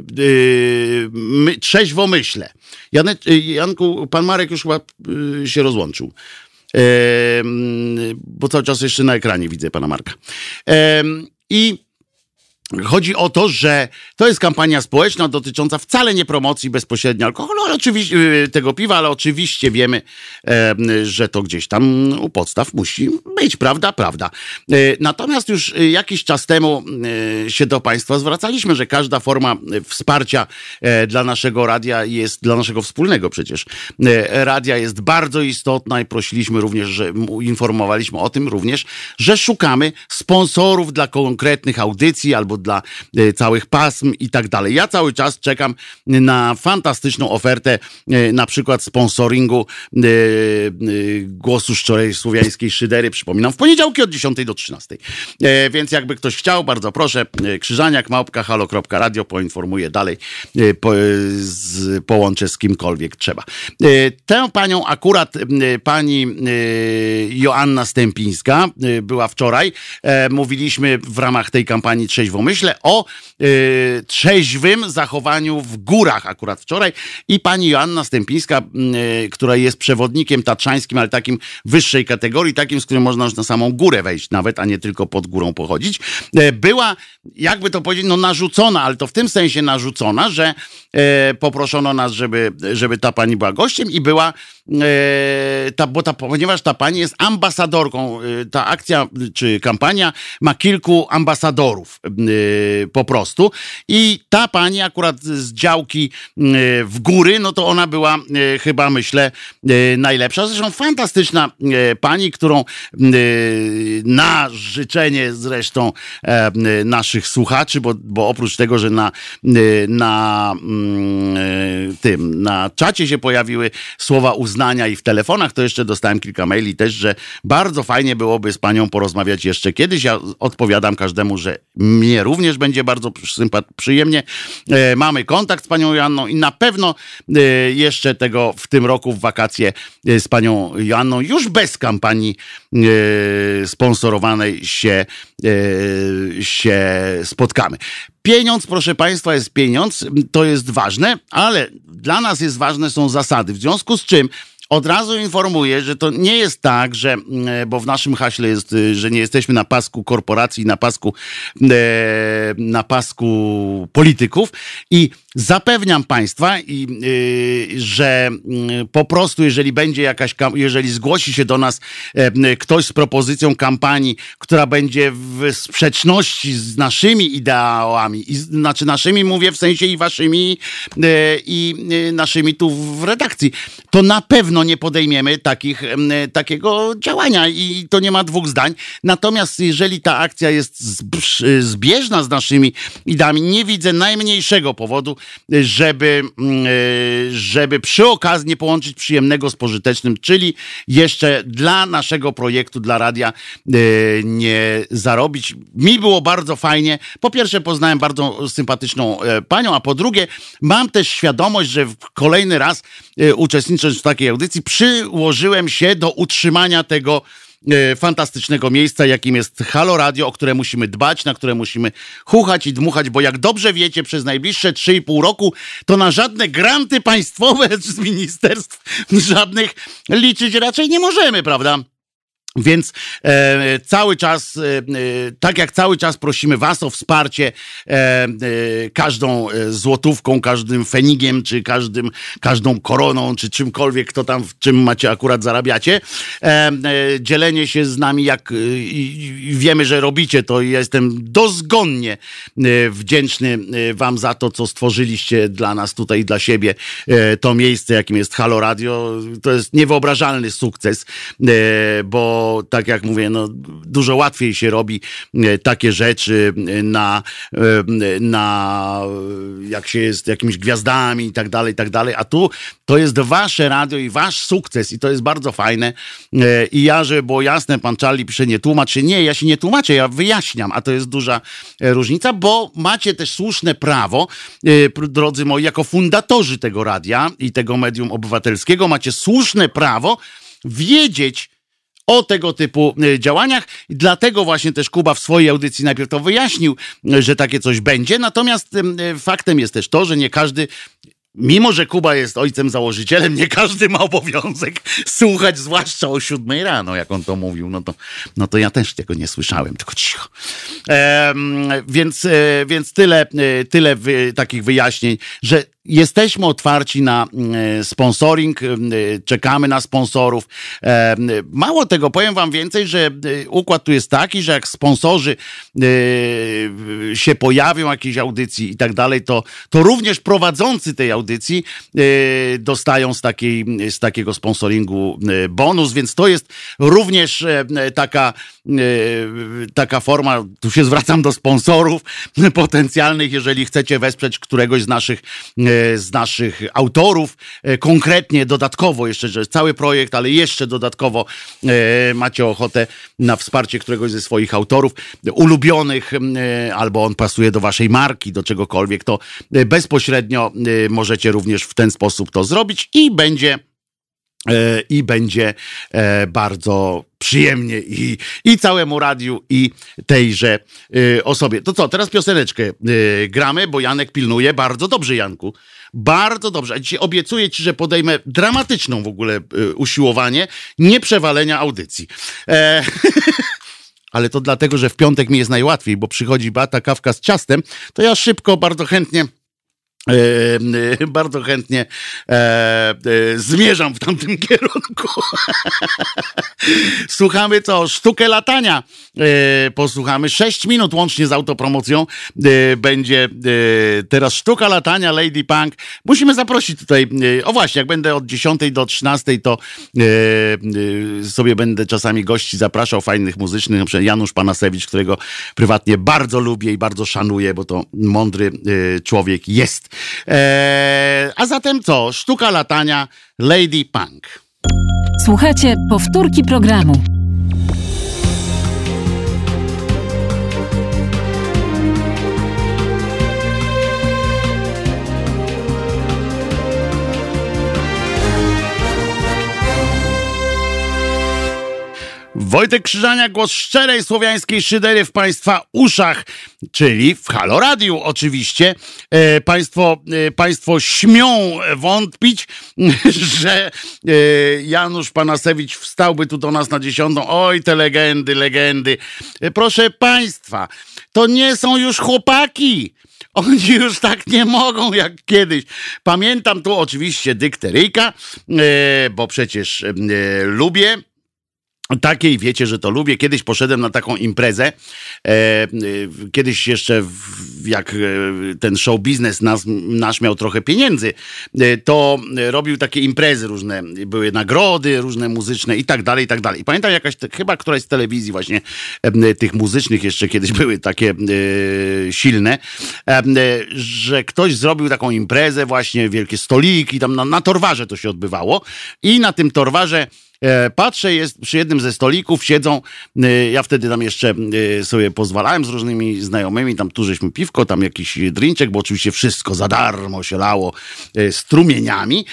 S2: Trzeźwo Myślę. Janek, Janku, pan Marek już chyba się rozłączył. Bo cały czas jeszcze na ekranie widzę pana Marka. I chodzi o to, że to jest kampania społeczna dotycząca wcale nie promocji bezpośrednio alkoholu, ale oczywiście tego piwa, ale oczywiście wiemy, e, że to gdzieś tam u podstaw musi być, prawda? Prawda. E, natomiast już jakiś czas temu e, się do Państwa zwracaliśmy, że każda forma wsparcia e, dla naszego radia jest, dla naszego wspólnego przecież e, radia jest bardzo istotna i prosiliśmy również, że informowaliśmy o tym również, że szukamy sponsorów dla konkretnych audycji albo dla e, całych pasm i tak dalej. Ja cały czas czekam na fantastyczną ofertę, e, na przykład sponsoringu e, e, głosu szczerej słowiańskiej szydery. Przypominam, w poniedziałki od dziesiątej do trzynastej. E, więc jakby ktoś chciał, bardzo proszę, e, krzyżaniak małpka halo kropka radio, poinformuję dalej, e, po, e, z, połączę z kimkolwiek trzeba. E, tę panią akurat, e, pani e, Joanna Stępińska e, była wczoraj. E, mówiliśmy w ramach tej kampanii Trzeźwo Myślę o y, trzeźwym zachowaniu w górach akurat wczoraj i pani Joanna Stępińska, y, która jest przewodnikiem tatrzańskim, ale takim wyższej kategorii, takim, z którym można już na samą górę wejść nawet, a nie tylko pod górą pochodzić, y, była, jakby to powiedzieć, no narzucona, ale to w tym sensie narzucona, że y, poproszono nas, żeby, żeby ta pani była gościem i była y, ta, bo ta, ponieważ ta pani jest ambasadorką, y, ta akcja czy kampania ma kilku ambasadorów y, po prostu i ta pani akurat z działki y, w góry, no to ona była y, chyba myślę y, najlepsza, zresztą fantastyczna y, pani, którą y, na życzenie zresztą y, naszych słuchaczy, bo, bo oprócz tego, że na, y, na y, tym, na czacie się pojawiły słowa uznania i w telefonach, to jeszcze dostałem kilka maili też, że bardzo fajnie byłoby z panią porozmawiać jeszcze kiedyś. Ja odpowiadam każdemu, że mnie również będzie bardzo sympat- przyjemnie. E, mamy kontakt z panią Joanną i na pewno e, jeszcze tego w tym roku w wakacje e, z panią Joanną już bez kampanii e, sponsorowanej się, e, się spotkamy. Pieniądz, proszę Państwa, jest pieniądz, to jest ważne, ale dla nas jest ważne są zasady, w związku z czym od razu informuję, że to nie jest tak, że, bo w naszym haśle jest, że nie jesteśmy na pasku korporacji, na pasku, na pasku polityków i zapewniam Państwa, że po prostu jeżeli będzie jakaś, jeżeli zgłosi się do nas ktoś z propozycją kampanii, która będzie w sprzeczności z naszymi ideałami, i, znaczy naszymi mówię w sensie i waszymi i naszymi tu w redakcji, to na pewno nie podejmiemy takich, takiego działania i to nie ma dwóch zdań. Natomiast jeżeli ta akcja jest zbieżna z naszymi ideami, nie widzę najmniejszego powodu, żeby, żeby przy okazji nie połączyć przyjemnego z pożytecznym, czyli jeszcze dla naszego projektu, dla radia nie zarobić. Mi było bardzo fajnie. Po pierwsze poznałem bardzo sympatyczną panią, a po drugie mam też świadomość, że kolejny raz uczestnicząc w takiej audycji przyłożyłem się do utrzymania tego fantastycznego miejsca, jakim jest Halo Radio, o które musimy dbać, na które musimy chuchać i dmuchać, bo jak dobrze wiecie, przez najbliższe trzy i pół roku to na żadne granty państwowe z ministerstw żadnych liczyć raczej nie możemy, prawda? Więc e, cały czas, e, tak jak cały czas prosimy was o wsparcie e, e, każdą złotówką, każdym fenigiem, czy każdym, każdą koroną, czy czymkolwiek, kto tam w czym macie akurat zarabiacie, e, e, dzielenie się z nami, jak e, i wiemy, że robicie to i ja jestem dozgonnie e, wdzięczny e, wam za to, co stworzyliście dla nas tutaj, dla siebie, e, to miejsce, jakim jest Halo Radio. To jest niewyobrażalny sukces, e, bo bo tak jak mówię, no, dużo łatwiej się robi takie rzeczy na, na jak się jest jakimiś gwiazdami i tak dalej, i tak dalej, a tu to jest wasze radio i wasz sukces i to jest bardzo fajne i ja, żeby było jasne, pan Charlie pisze, nie tłumacz się, nie, ja się nie tłumaczę, ja wyjaśniam, a to jest duża różnica, bo macie też słuszne prawo, drodzy moi, jako fundatorzy tego radia i tego medium obywatelskiego, macie słuszne prawo wiedzieć o tego typu działaniach. Dlatego właśnie też Kuba w swojej audycji najpierw to wyjaśnił, że takie coś będzie. Natomiast faktem jest też to, że nie każdy, mimo że Kuba jest ojcem założycielem, nie każdy ma obowiązek słuchać, zwłaszcza o siódmej rano, jak on to mówił. No to, no to ja też tego nie słyszałem, tylko cicho. E, więc, e, więc tyle, e, tyle wy, takich wyjaśnień, że jesteśmy otwarci na e, sponsoring, e, czekamy na sponsorów. E, mało tego, powiem wam więcej, że e, układ tu jest taki, że jak sponsorzy e, się pojawią, jakiejś audycji i tak dalej, to, to również prowadzący tej audycji e, dostają z, takiej, z takiego sponsoringu e, bonus, więc to jest również e, taka, e, taka forma, tu się zwracam do sponsorów potencjalnych, jeżeli chcecie wesprzeć któregoś z naszych e, z naszych autorów, konkretnie, dodatkowo jeszcze, że cały projekt, ale jeszcze dodatkowo e, macie ochotę na wsparcie któregoś ze swoich autorów ulubionych, e, albo on pasuje do waszej marki, do czegokolwiek, to bezpośrednio e, możecie również w ten sposób to zrobić i będzie e, i będzie e, bardzo przyjemnie i, i całemu radiu, i tejże y, osobie. To co, teraz pioseneczkę y, gramy, bo Janek pilnuje. Bardzo dobrze, Janku. Bardzo dobrze. A dzisiaj obiecuję ci, że podejmę dramatyczną w ogóle y, usiłowanie nieprzewalenia audycji. E, ale to dlatego, że w piątek mi jest najłatwiej, bo przychodzi Beata, kawka z ciastem, to ja szybko, bardzo chętnie E, e, bardzo chętnie e, e, zmierzam w tamtym kierunku. Słuchamy co? Sztukę latania. E, posłuchamy. Sześć minut łącznie z autopromocją. E, będzie e, teraz sztuka latania Lady Punk. Musimy zaprosić tutaj, e, o właśnie, jak będę od dziesiątej do trzynastej, to e, e, sobie będę czasami gości zapraszał fajnych muzycznych, na przykład Janusz Panasewicz, którego prywatnie bardzo lubię i bardzo szanuję, bo to mądry e, człowiek jest. Eee, a zatem co? Sztuka latania Lady Punk.
S3: Słuchajcie, powtórki programu.
S2: Wojtek Krzyżania, głos szczerej słowiańskiej szydery w państwa uszach, czyli w Halo Radiu oczywiście. E, państwo, e, państwo śmią wątpić, że e, Janusz Panasewicz wstałby tu do nas na dziesiątą. Oj, te legendy, legendy. E, proszę państwa, to nie są już chłopaki. Oni już tak nie mogą jak kiedyś. Pamiętam tu oczywiście dykteryjka, e, bo przecież e, lubię takiej, wiecie, że to lubię. Kiedyś poszedłem na taką imprezę, e, e, kiedyś jeszcze w, jak e, ten show biznes nas, nasz miał trochę pieniędzy, e, to robił takie imprezy różne, były nagrody różne muzyczne i tak dalej, i tak dalej. I pamiętam jakaś, chyba któraś z telewizji właśnie e, tych muzycznych jeszcze kiedyś były takie e, silne, e, że ktoś zrobił taką imprezę właśnie, wielkie stoliki, tam na, na Torwarze to się odbywało i na tym Torwarze patrzę, jest przy jednym ze stolików siedzą, ja wtedy tam jeszcze sobie pozwalałem z różnymi znajomymi, tam tu żeśmy piwko, tam jakiś drinczek, bo oczywiście wszystko za darmo się lało strumieniami.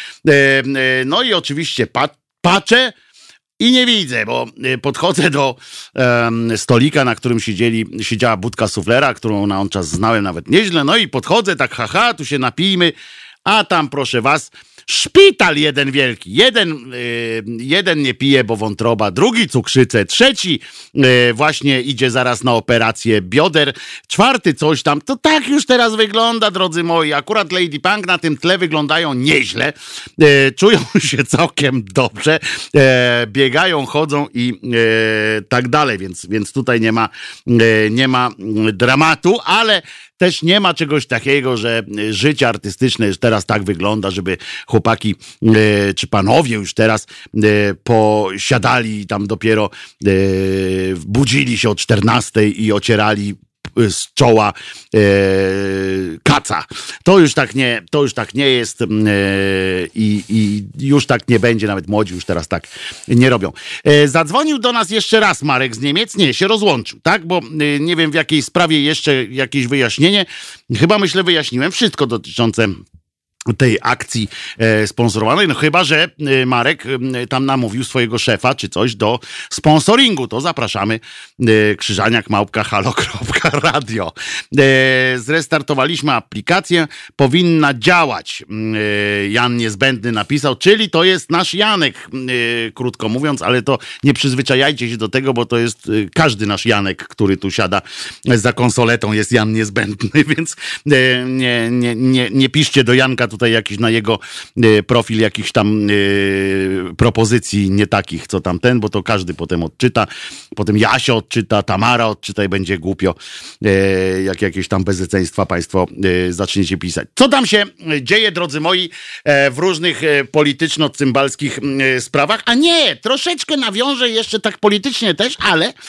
S2: No i oczywiście pat, patrzę i nie widzę, bo podchodzę do um, stolika, na którym siedzieli, siedziała budka suflera, którą na on czas znałem nawet nieźle, no i podchodzę tak, haha, tu się napijmy, a tam proszę was, szpital jeden wielki. Jeden, y, jeden nie pije, bo wątroba, drugi cukrzycę, trzeci y, właśnie idzie zaraz na operację bioder, czwarty coś tam. To tak już teraz wygląda, drodzy moi. Akurat Lady Punk na tym tle wyglądają nieźle. Y, czują się całkiem dobrze. Y, biegają, chodzą i y, tak dalej, więc, więc tutaj nie ma, y, nie ma dramatu, ale też nie ma czegoś takiego, że życie artystyczne już teraz tak wygląda, żeby chłopaki e, czy panowie już teraz e, posiadali tam dopiero e, budzili się o czternastej i ocierali z czoła e, kaca. To już tak nie, to już tak nie jest e, i, i już tak nie będzie, nawet młodzi już teraz tak nie robią. E, zadzwonił do nas jeszcze raz Marek z Niemiec, nie, się rozłączył, tak, bo e, nie wiem w jakiej sprawie jeszcze jakieś wyjaśnienie, chyba myślę wyjaśniłem wszystko dotyczące tej akcji e, sponsorowanej, no chyba, że e, Marek e, tam namówił swojego szefa czy coś do sponsoringu, to zapraszamy e, krzyżaniak małpka halo kropka radio. E, zrestartowaliśmy aplikację, powinna działać. E, Jan Niezbędny napisał, czyli to jest nasz Janek, e, krótko mówiąc, ale to nie przyzwyczajajcie się do tego, bo to jest e, każdy nasz Janek, który tu siada za konsoletą, jest Jan Niezbędny, więc e, nie, nie, nie, nie piszcie do Janka tutaj jakiś na jego y, profil jakichś tam y, propozycji nie takich, co tam ten, bo to każdy potem odczyta, potem Jasia odczyta, Tamara odczyta i będzie głupio, y, jak jakieś tam bezeceństwa państwo y, zaczniecie pisać. Co tam się dzieje, drodzy moi, e, w różnych e, polityczno-cymbalskich e, sprawach? A nie, troszeczkę nawiążę jeszcze tak politycznie też, ale e,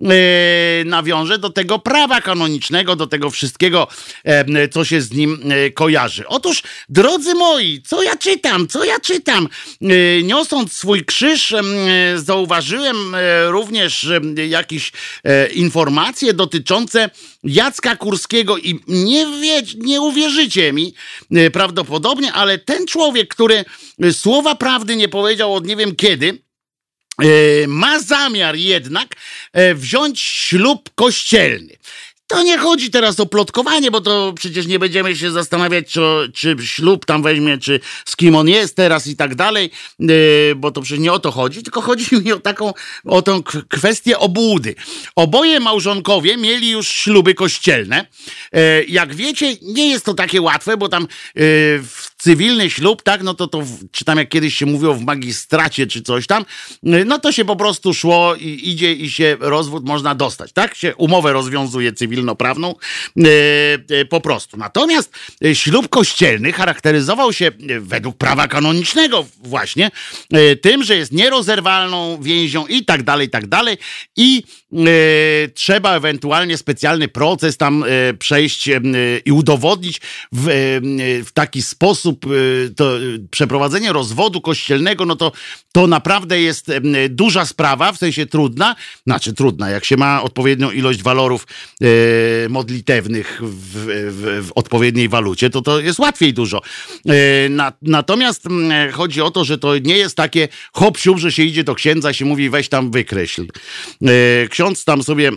S2: nawiążę do tego prawa kanonicznego, do tego wszystkiego, e, co się z nim e, kojarzy. Otóż drodzy moi, co ja czytam, co ja czytam? E, niosąc swój krzyż, e, zauważyłem e, również e, jakieś e, informacje dotyczące Jacka Kurskiego i nie, wie, nie uwierzycie mi e, prawdopodobnie, ale ten człowiek, który słowa prawdy nie powiedział od nie wiem kiedy, e, ma zamiar jednak e, wziąć ślub kościelny. To nie chodzi teraz o plotkowanie, bo to przecież nie będziemy się zastanawiać, czy, czy ślub tam weźmie, czy z kim on jest teraz i tak dalej, yy, bo to przecież nie o to chodzi, tylko chodzi mi o taką, o tą kwestię obłudy. Oboje małżonkowie mieli już śluby kościelne. Yy, jak wiecie, nie jest to takie łatwe, bo tam yy, w cywilny ślub, tak, no to to, czy tam jak kiedyś się mówiło w magistracie, czy coś tam, yy, no to się po prostu szło i idzie i się rozwód można dostać, tak? Się umowę rozwiązuje cywilną, prawną e, e, po prostu. Natomiast e, ślub kościelny charakteryzował się e, według prawa kanonicznego właśnie e, tym, że jest nierozerwalną więzią i tak dalej, i tak dalej i e, trzeba ewentualnie specjalny proces tam e, przejść e, i udowodnić w, e, w taki sposób e, to e, przeprowadzenie rozwodu kościelnego, no to to naprawdę jest e, duża sprawa, w sensie trudna, znaczy trudna, jak się ma odpowiednią ilość walorów e, modlitewnych w, w, w odpowiedniej walucie, to to jest łatwiej dużo. E, na, natomiast m, chodzi o to, że to nie jest takie hop siup, że się idzie do księdza i się mówi weź tam wykreśl. E, ksiądz tam sobie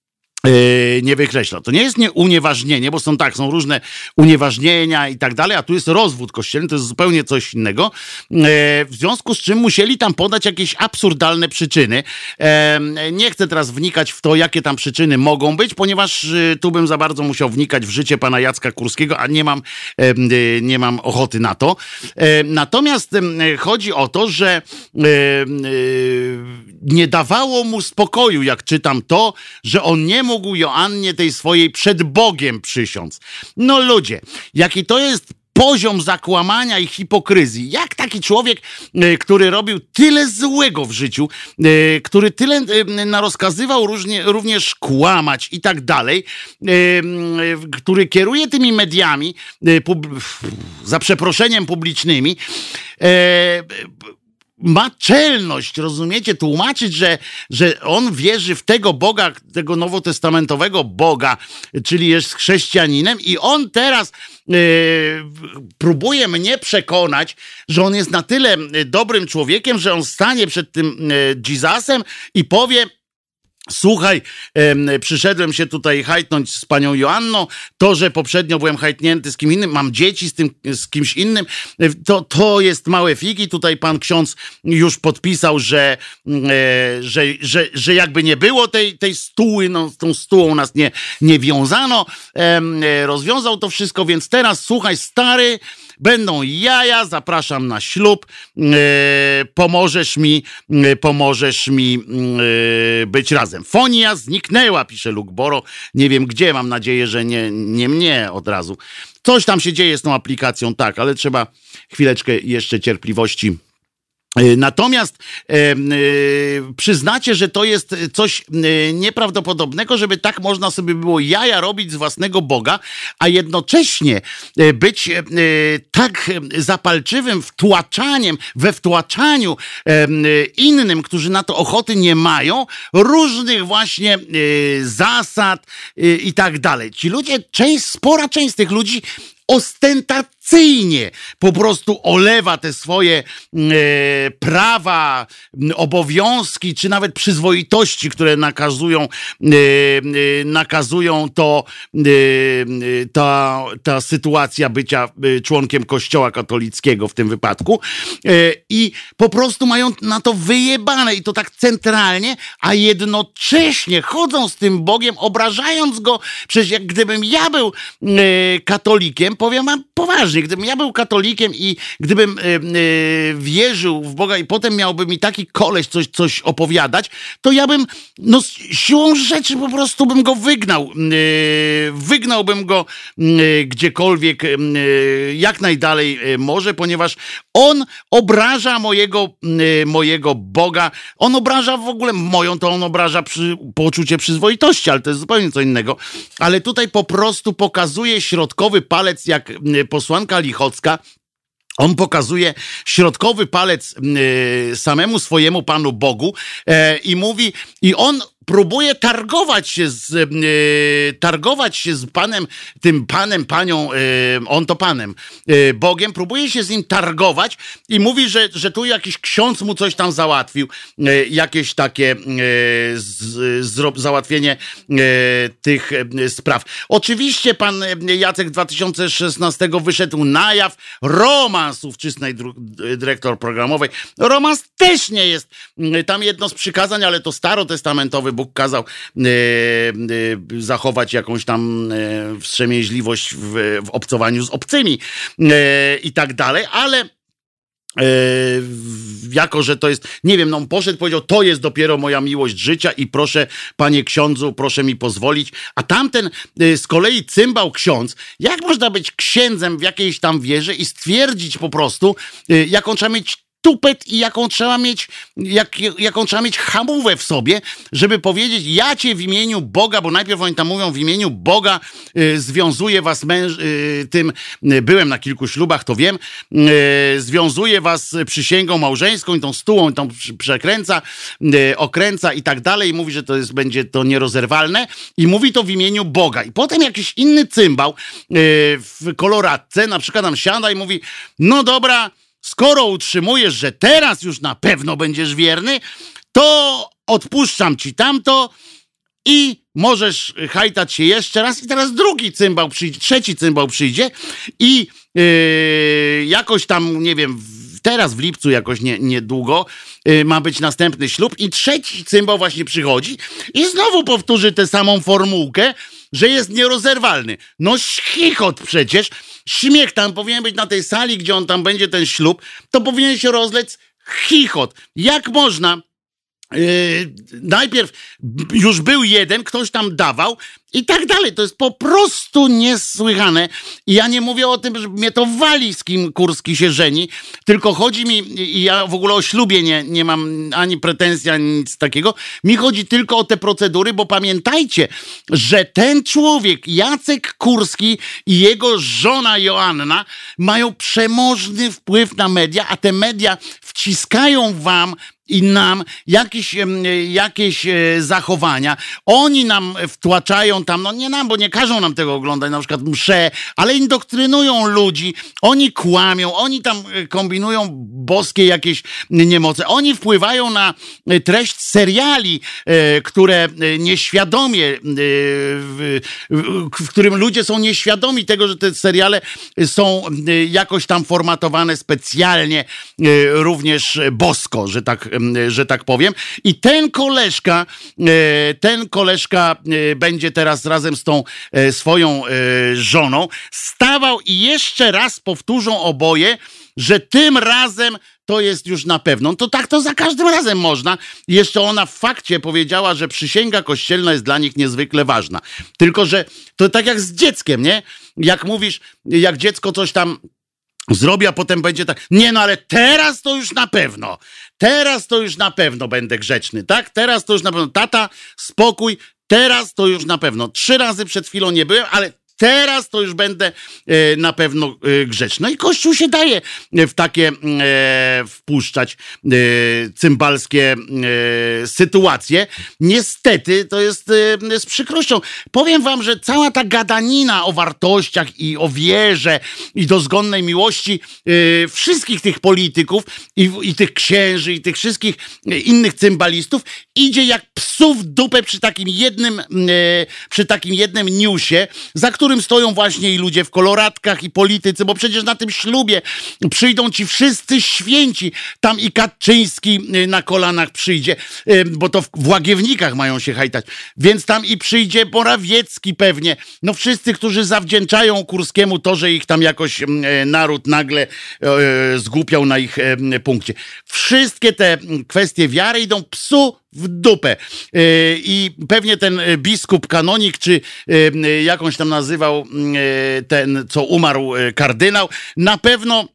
S2: Yy, nie wykreśla. To nie jest nie unieważnienie, bo są tak, są różne unieważnienia i tak dalej, a tu jest rozwód kościelny, to jest zupełnie coś innego. Yy, w związku z czym musieli tam podać jakieś absurdalne przyczyny. Yy, nie chcę teraz wnikać w to, jakie tam przyczyny mogą być, ponieważ yy, tu bym za bardzo musiał wnikać w życie pana Jacka Kurskiego, a nie mam, yy, nie mam ochoty na to. Yy, natomiast yy, chodzi o to, że yy, yy, nie dawało mu spokoju, jak czytam to, że on nie mógł mógł Joannie tej swojej przed Bogiem przysiąc. No ludzie, jaki to jest poziom zakłamania i hipokryzji. Jak taki człowiek, który robił tyle złego w życiu, który tyle narozkazywał różnie, również kłamać i tak dalej, który kieruje tymi mediami za przeproszeniem publicznymi, ma czelność, rozumiecie, tłumaczyć, że, że on wierzy w tego Boga, tego nowotestamentowego Boga, czyli jest chrześcijaninem i on teraz yy, próbuje mnie przekonać, że on jest na tyle dobrym człowiekiem, że on stanie przed tym yy, Jezusem i powie: słuchaj, e, przyszedłem się tutaj hajtnąć z panią Joanną, to, że poprzednio byłem hajtnięty z kim innym, mam dzieci z tym, z kimś innym, to, to jest małe figi, tutaj pan ksiądz już podpisał, że, e, że, że, że jakby nie było tej, tej stuły, no z tą stułą nas nie, nie wiązano, e, rozwiązał to wszystko, więc teraz słuchaj, stary, będą jaja, zapraszam na ślub, e, pomożesz mi, e, pomożesz mi e, być razem. Fonia zniknęła, pisze Luke Boro, nie wiem gdzie, mam nadzieję, że nie, nie mnie od razu. Coś tam się dzieje z tą aplikacją, tak, ale trzeba chwileczkę jeszcze cierpliwości. Natomiast e, e, przyznacie, że to jest coś e, nieprawdopodobnego, żeby tak można sobie było jaja robić z własnego Boga, a jednocześnie e, być e, tak zapalczywym wtłaczaniem, we wtłaczaniu e, innym, którzy na to ochoty nie mają, różnych właśnie e, zasad e, i tak dalej. Ci ludzie, część, spora część z tych ludzi ostentacyjnie po prostu olewa te swoje e, prawa, obowiązki, czy nawet przyzwoitości, które nakazują, e, e, nakazują to e, ta, ta sytuacja bycia członkiem Kościoła katolickiego w tym wypadku e, i po prostu mają na to wyjebane i to tak centralnie, a jednocześnie chodzą z tym Bogiem, obrażając go. Przecież jak gdybym ja był e, katolikiem, powiem wam poważnie, gdybym ja był katolikiem i gdybym y, y, wierzył w Boga i potem miałby mi taki koleś coś, coś opowiadać, to ja bym, no siłą rzeczy po prostu bym go wygnał. Y, wygnałbym go y, gdziekolwiek, y, jak najdalej y, może, ponieważ on obraża mojego, y, mojego Boga. On obraża w ogóle moją, to on obraża przy, poczucie przyzwoitości, ale to jest zupełnie co innego. Ale tutaj po prostu pokazuje środkowy palec, jak posłanka Lichocka. On pokazuje środkowy palec y, samemu swojemu Panu Bogu y, i mówi, i on próbuje targować się z y, targować się z Panem, tym Panem, Panią, y, on to Panem, y, Bogiem, próbuje się z nim targować i mówi, że, że tu jakiś ksiądz mu coś tam załatwił, y, jakieś takie y, z, z, załatwienie y, tych y, spraw. Oczywiście pan Jacek dwa tysiące szesnastego wyszedł na jaw romans ówczesnej dyrektor programowej. Romans też nie jest, y, tam jedno z przykazań, ale to starotestamentowy Bóg kazał e, e, zachować jakąś tam e, wstrzemięźliwość w, w obcowaniu z obcymi e, i tak dalej, ale e, jako, że to jest, nie wiem, no on poszedł, powiedział, to jest dopiero moja miłość życia i proszę, panie ksiądzu, proszę mi pozwolić, a tamten e, z kolei cymbał ksiądz, jak można być księdzem w jakiejś tam wierze i stwierdzić po prostu, e, jaką trzeba mieć tupet i jaką trzeba mieć, jak, jaką trzeba mieć hamówę w sobie, żeby powiedzieć, ja cię w imieniu Boga, bo najpierw oni tam mówią w imieniu Boga, y, związuję was męż, y, tym, y, byłem na kilku ślubach, to wiem, y, związuję was przysięgą małżeńską i tą stułą i tą przekręca, y, okręca i tak dalej i mówi, że to jest, będzie to nierozerwalne i mówi to w imieniu Boga. I potem jakiś inny cymbał y, w koloradce na przykład tam siada i mówi, no dobra, skoro utrzymujesz, że teraz już na pewno będziesz wierny, to odpuszczam ci tamto i możesz hajtać się jeszcze raz. I teraz drugi cymbał przyjdzie, trzeci cymbał przyjdzie i yy, jakoś tam, nie wiem, teraz w lipcu jakoś nie, niedługo yy, ma być następny ślub i trzeci cymbał właśnie przychodzi i znowu powtórzy tę samą formułkę, że jest nierozerwalny. No chichot przecież. Śmiech tam powinien być na tej sali, gdzie on tam będzie ten ślub, to powinien się rozlec chichot. Jak można? Yy, najpierw już był jeden, ktoś tam dawał i tak dalej. To jest po prostu niesłychane. I ja nie mówię o tym, że mnie to wali, z kim Kurski się żeni, tylko chodzi mi, i ja w ogóle o ślubie nie, nie mam ani pretensji, ani nic takiego. Mi chodzi tylko o te procedury, bo pamiętajcie, że ten człowiek, Jacek Kurski i jego żona Joanna mają przemożny wpływ na media, a te media wciskają wam i nam jakieś, jakieś zachowania. Oni nam wtłaczają tam, no nie nam, bo nie każą nam tego oglądać, na przykład msze, ale indoktrynują ludzi, oni kłamią, oni tam kombinują boskie jakieś niemoce. Oni wpływają na treść seriali, które nieświadomie, w, w którym ludzie są nieświadomi tego, że te seriale są jakoś tam formatowane specjalnie, również bosko, że tak że tak powiem. I ten koleżka, ten koleżka będzie teraz teraz razem z tą e, swoją e, żoną, stawał i jeszcze raz powtórzą oboje, że tym razem to jest już na pewno. To tak to za każdym razem można. Jeszcze ona w fakcie powiedziała, że przysięga kościelna jest dla nich niezwykle ważna. Tylko że to tak jak z dzieckiem, nie? Jak mówisz, jak dziecko coś tam zrobi, a potem będzie tak, nie no, ale teraz to już na pewno, teraz to już na pewno będę grzeczny, tak? Teraz to już na pewno, tata, spokój, teraz to już na pewno. Trzy razy przed chwilą nie byłem, ale teraz to już będę e, na pewno e, grzeczny. No i Kościół się daje w takie e, wpuszczać e, cymbalskie e, sytuacje. Niestety to jest e, z przykrością. Powiem wam, że cała ta gadanina o wartościach i o wierze i dozgonnej miłości e, wszystkich tych polityków i, i tych księży i tych wszystkich innych cymbalistów idzie jak psu w dupę przy takim jednym e, przy takim jednym newsie, za którym stoją właśnie i ludzie w koloratkach i politycy, bo przecież na tym ślubie przyjdą ci wszyscy święci. Tam i Kaczyński na kolanach przyjdzie, bo to w Łagiewnikach mają się hajtać. Więc tam i przyjdzie Morawiecki pewnie. No wszyscy, którzy zawdzięczają Kurskiemu to, że ich tam jakoś naród nagle zgłupiał na ich punkcie. Wszystkie te kwestie wiary idą psu w dupę. I pewnie ten biskup kanonik, czy jakąś tam nazywał ten, co umarł kardynał, na pewno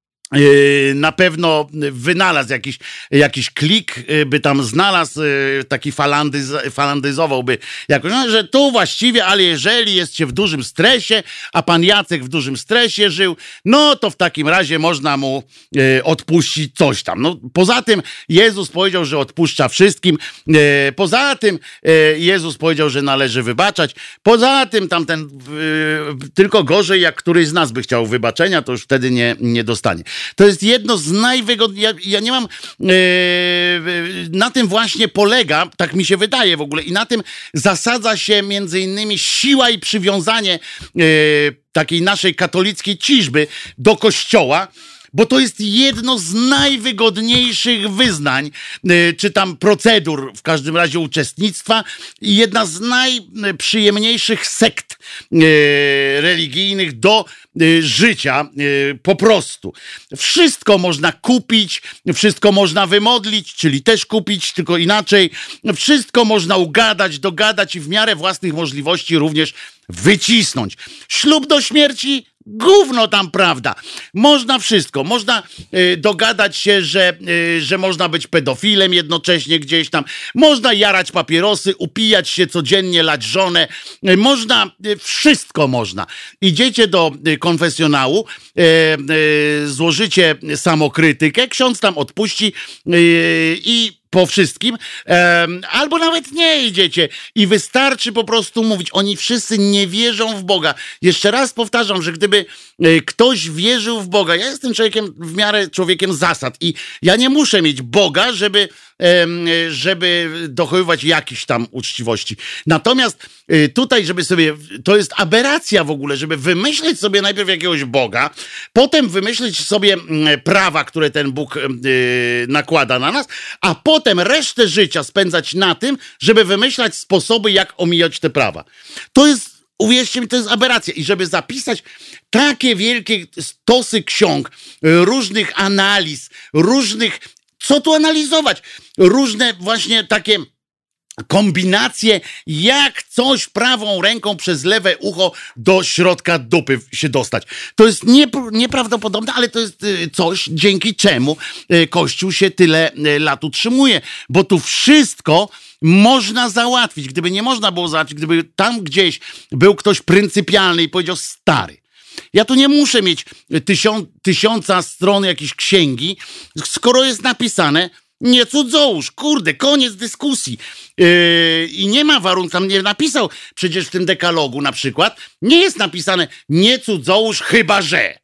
S2: na pewno wynalazł jakiś, jakiś klik, by tam znalazł, taki falandyz, falandyzowałby jakoś, no, że tu właściwie, ale jeżeli jest się w dużym stresie, a pan Jacek w dużym stresie żył, no to w takim razie można mu odpuścić coś tam. No, poza tym Jezus powiedział, że odpuszcza wszystkim, poza tym Jezus powiedział, że należy wybaczać, poza tym tamten tylko gorzej, jak któryś z nas by chciał wybaczenia, to już wtedy nie, nie dostanie. To jest jedno z najwygodniejszych, ja, ja nie mam, yy, na tym właśnie polega, tak mi się wydaje w ogóle, i na tym zasadza się między innymi siła i przywiązanie yy, takiej naszej katolickiej ciżby do Kościoła, bo to jest jedno z najwygodniejszych wyznań, yy, czy tam procedur, w każdym razie uczestnictwa, i jedna z najprzyjemniejszych sekt yy, religijnych do yy, życia, yy, po prostu. Wszystko można kupić, wszystko można wymodlić, czyli też kupić, tylko inaczej. Wszystko można ugadać, dogadać i w miarę własnych możliwości również wycisnąć. Ślub do śmierci? Gówno tam, prawda. Można wszystko. Można y, dogadać się, że, y, że można być pedofilem jednocześnie gdzieś tam. Można jarać papierosy, upijać się codziennie, lać żonę. Y, można, y, wszystko można. Idziecie do y, konfesjonału, y, y, złożycie samokrytykę, ksiądz tam odpuści y, i po wszystkim, um, albo nawet nie idziecie i wystarczy po prostu mówić. Oni wszyscy nie wierzą w Boga. Jeszcze raz powtarzam, że gdyby y, ktoś wierzył w Boga, ja jestem człowiekiem w miarę człowiekiem zasad i ja nie muszę mieć Boga, żeby, um, żeby dochowywać jakichś tam uczciwości. Natomiast y, tutaj, żeby sobie, to jest aberracja w ogóle, żeby wymyśleć sobie najpierw jakiegoś Boga, potem wymyśleć sobie y, prawa, które ten Bóg y, nakłada na nas, a potem Potem resztę życia spędzać na tym, żeby wymyślać sposoby, jak omijać te prawa. To jest, uwierzcie mi, to jest aberracja. I żeby zapisać takie wielkie stosy ksiąg, różnych analiz, różnych, co tu analizować? Różne właśnie takie kombinacje, jak coś prawą ręką przez lewe ucho do środka dupy się dostać. To jest nieprawdopodobne, ale to jest coś, dzięki czemu Kościół się tyle lat utrzymuje, bo tu wszystko można załatwić. Gdyby nie można było załatwić, gdyby tam gdzieś był ktoś pryncypialny i powiedział: stary, ja tu nie muszę mieć tysiąc, tysiąca stron jakiejś księgi, skoro jest napisane: nie cudzołóż, kurde, koniec dyskusji. Yy, I nie ma warunku, tam nie napisał, przecież w tym dekalogu na przykład, nie jest napisane: nie cudzołóż, chyba że.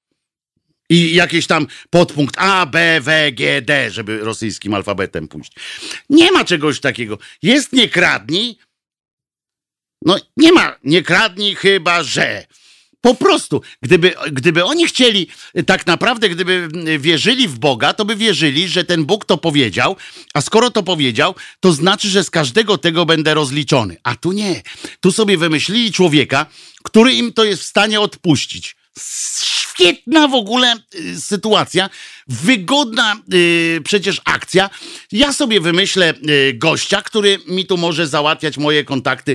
S2: I jakiś tam podpunkt A, B, W, G, D, żeby rosyjskim alfabetem pójść. Nie ma czegoś takiego. Jest nie kradnij, no nie ma nie kradnij, chyba że. Po prostu, gdyby, gdyby oni chcieli, tak naprawdę, gdyby wierzyli w Boga, to by wierzyli, że ten Bóg to powiedział, a skoro to powiedział, to znaczy, że z każdego tego będę rozliczony. A tu nie. Tu sobie wymyślili człowieka, który im to jest w stanie odpuścić. Świetna w ogóle y, sytuacja, wygodna y, przecież akcja. Ja sobie wymyślę y, gościa, który mi tu może załatwiać moje kontakty y,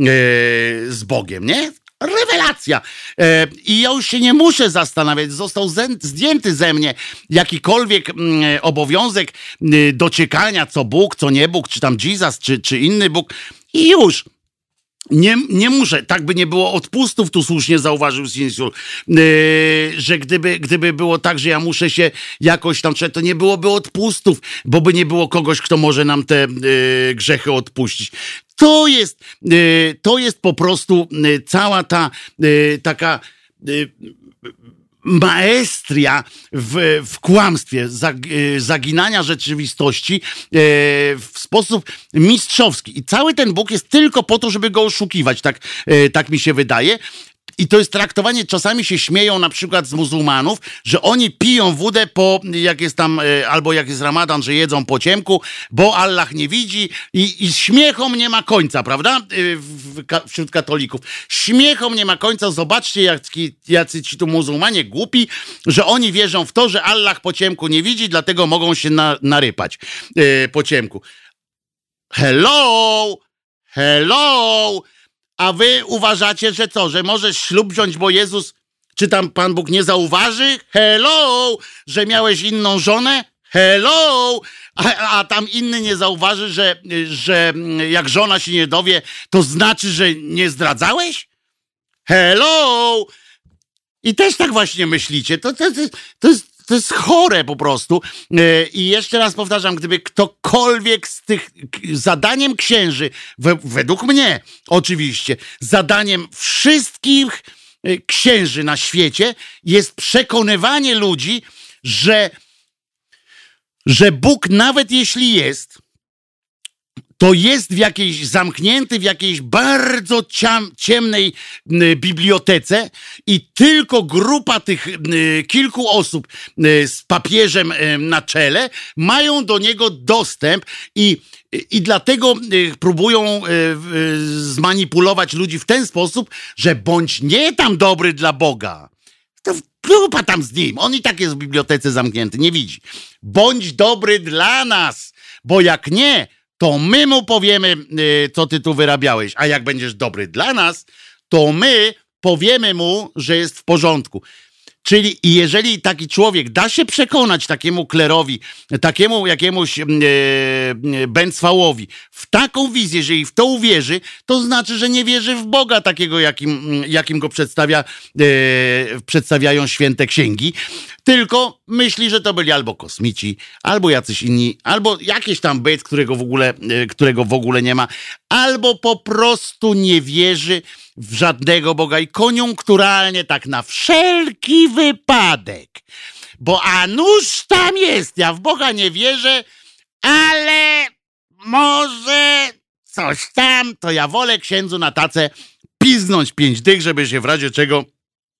S2: z Bogiem, nie? Rewelacja. E, I ja już się nie muszę zastanawiać, został ze, zdjęty ze mnie jakikolwiek m, obowiązek y, dociekania, co Bóg, co nie Bóg, czy tam Jesus, czy, czy inny Bóg. I już. Nie, nie muszę, tak by nie było odpustów, tu słusznie zauważył Sinsul, yy, że gdyby, gdyby było tak, że ja muszę się jakoś tam, to nie byłoby odpustów, bo by nie było kogoś, kto może nam te yy, grzechy odpuścić. To jest, yy, to jest po prostu yy, cała ta yy, taka yy, maestria w, w kłamstwie, zag, zaginania rzeczywistości e, w sposób mistrzowski. I cały ten Bóg jest tylko po to, żeby go oszukiwać, tak, e, tak mi się wydaje. I to jest traktowanie, czasami się śmieją na przykład z muzułmanów, że oni piją wódę po, jak jest tam, albo jak jest Ramadan, że jedzą po ciemku, bo Allah nie widzi i, i śmiechom nie ma końca, prawda? W, w, wśród katolików. Śmiechom nie ma końca. Zobaczcie, jacy, jacy ci tu muzułmanie głupi, że oni wierzą w to, że Allah po ciemku nie widzi, dlatego mogą się na, narypać yy, po ciemku. Hello! Hello! A wy uważacie, że co? Że możesz ślub wziąć, bo Jezus, czy tam Pan Bóg nie zauważy? Hello! Że miałeś inną żonę? Hello! A, a tam inny nie zauważy, że, że jak żona się nie dowie, to znaczy, że nie zdradzałeś? Hello! I też tak właśnie myślicie. To, to, to, to jest To jest chore po prostu. I jeszcze raz powtarzam, gdyby ktokolwiek z tych zadaniem księży, według mnie oczywiście, zadaniem wszystkich księży na świecie jest przekonywanie ludzi, że, że Bóg, nawet jeśli jest, to jest w jakiejś, zamknięty w jakiejś bardzo ciam, ciemnej y, bibliotece i tylko grupa tych y, kilku osób y, z papieżem y, na czele mają do niego dostęp i, y, i dlatego y, próbują y, y, zmanipulować ludzi w ten sposób, że bądź nie tam dobry dla Boga. To grupa tam z nim. On i tak jest w bibliotece zamknięty, nie widzi. Bądź dobry dla nas, bo jak nie, to my mu powiemy, co ty tu wyrabiałeś. A jak będziesz dobry dla nas, to my powiemy mu, że jest w porządku. Czyli jeżeli taki człowiek da się przekonać takiemu klerowi, takiemu jakiemuś e, Bęcwałowi w taką wizję, że i w to uwierzy, to znaczy, że nie wierzy w Boga takiego, jakim, jakim go przedstawia, e, przedstawiają święte księgi, tylko myśli, że to byli albo kosmici, albo jacyś inni, albo jakiś tam byt, którego w ogóle, e, którego w ogóle nie ma, albo po prostu nie wierzy w żadnego Boga i koniunkturalnie tak na wszelki wypadek, bo a nuż tam jest, ja w Boga nie wierzę, ale może coś tam, to ja wolę księdzu na tacę piznąć pięć dych, żeby się w razie czego e,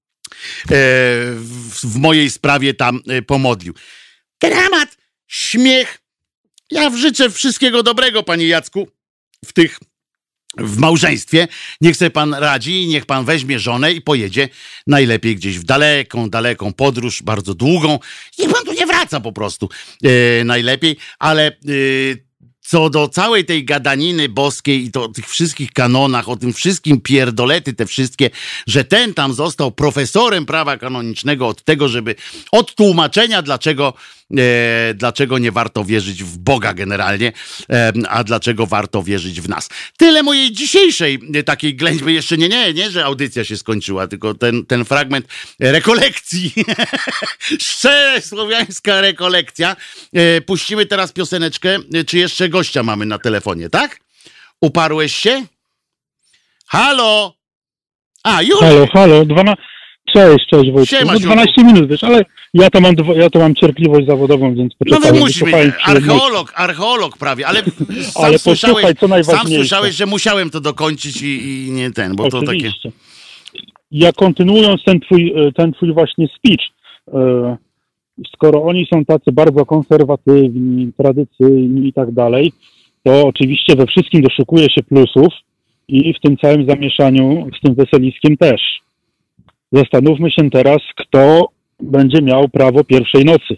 S2: w, w mojej sprawie tam e, pomodlił. Dramat, śmiech. Ja życzę wszystkiego dobrego, panie Jacku, w tych w małżeństwie. Niech sobie pan radzi, niech pan weźmie żonę i pojedzie najlepiej gdzieś w daleką, daleką podróż, bardzo długą. Niech pan tu nie wraca po prostu e, najlepiej, ale e, co do całej tej gadaniny boskiej i to o tych wszystkich kanonach, o tym wszystkim pierdolety te wszystkie, że ten tam został profesorem prawa kanonicznego od tego, żeby od tłumaczenia, dlaczego E, dlaczego nie warto wierzyć w Boga generalnie, e, a dlaczego warto wierzyć w nas. Tyle mojej dzisiejszej e, takiej ględźby. Jeszcze nie, nie, nie, że audycja się skończyła, tylko ten, ten fragment rekolekcji. Szczere słowiańska rekolekcja. E, puścimy teraz pioseneczkę. E, czy jeszcze gościa mamy na telefonie, tak? Uparłeś się? Halo? A, już?
S4: Halo, halo, dwana... Cześć, cześć Wojtku. No dwanaście minut, wiesz, ale ja to mam ja to mam cierpliwość zawodową, więc poczekaj.
S2: No wy musisz mieć, archeolog, archeolog prawie, ale sam,
S4: ale
S2: słyszałeś,
S4: posłuchaj, co
S2: sam słyszałeś, że musiałem to dokończyć i, i nie ten, bo
S4: Oczywiście.
S2: to takie...
S4: ja kontynuując ten twój, ten twój właśnie speech, skoro oni są tacy bardzo konserwatywni, tradycyjni i tak dalej, to oczywiście we wszystkim doszukuje się plusów i w tym całym zamieszaniu z tym weseliskiem też. Zastanówmy się teraz, kto będzie miał prawo pierwszej nocy.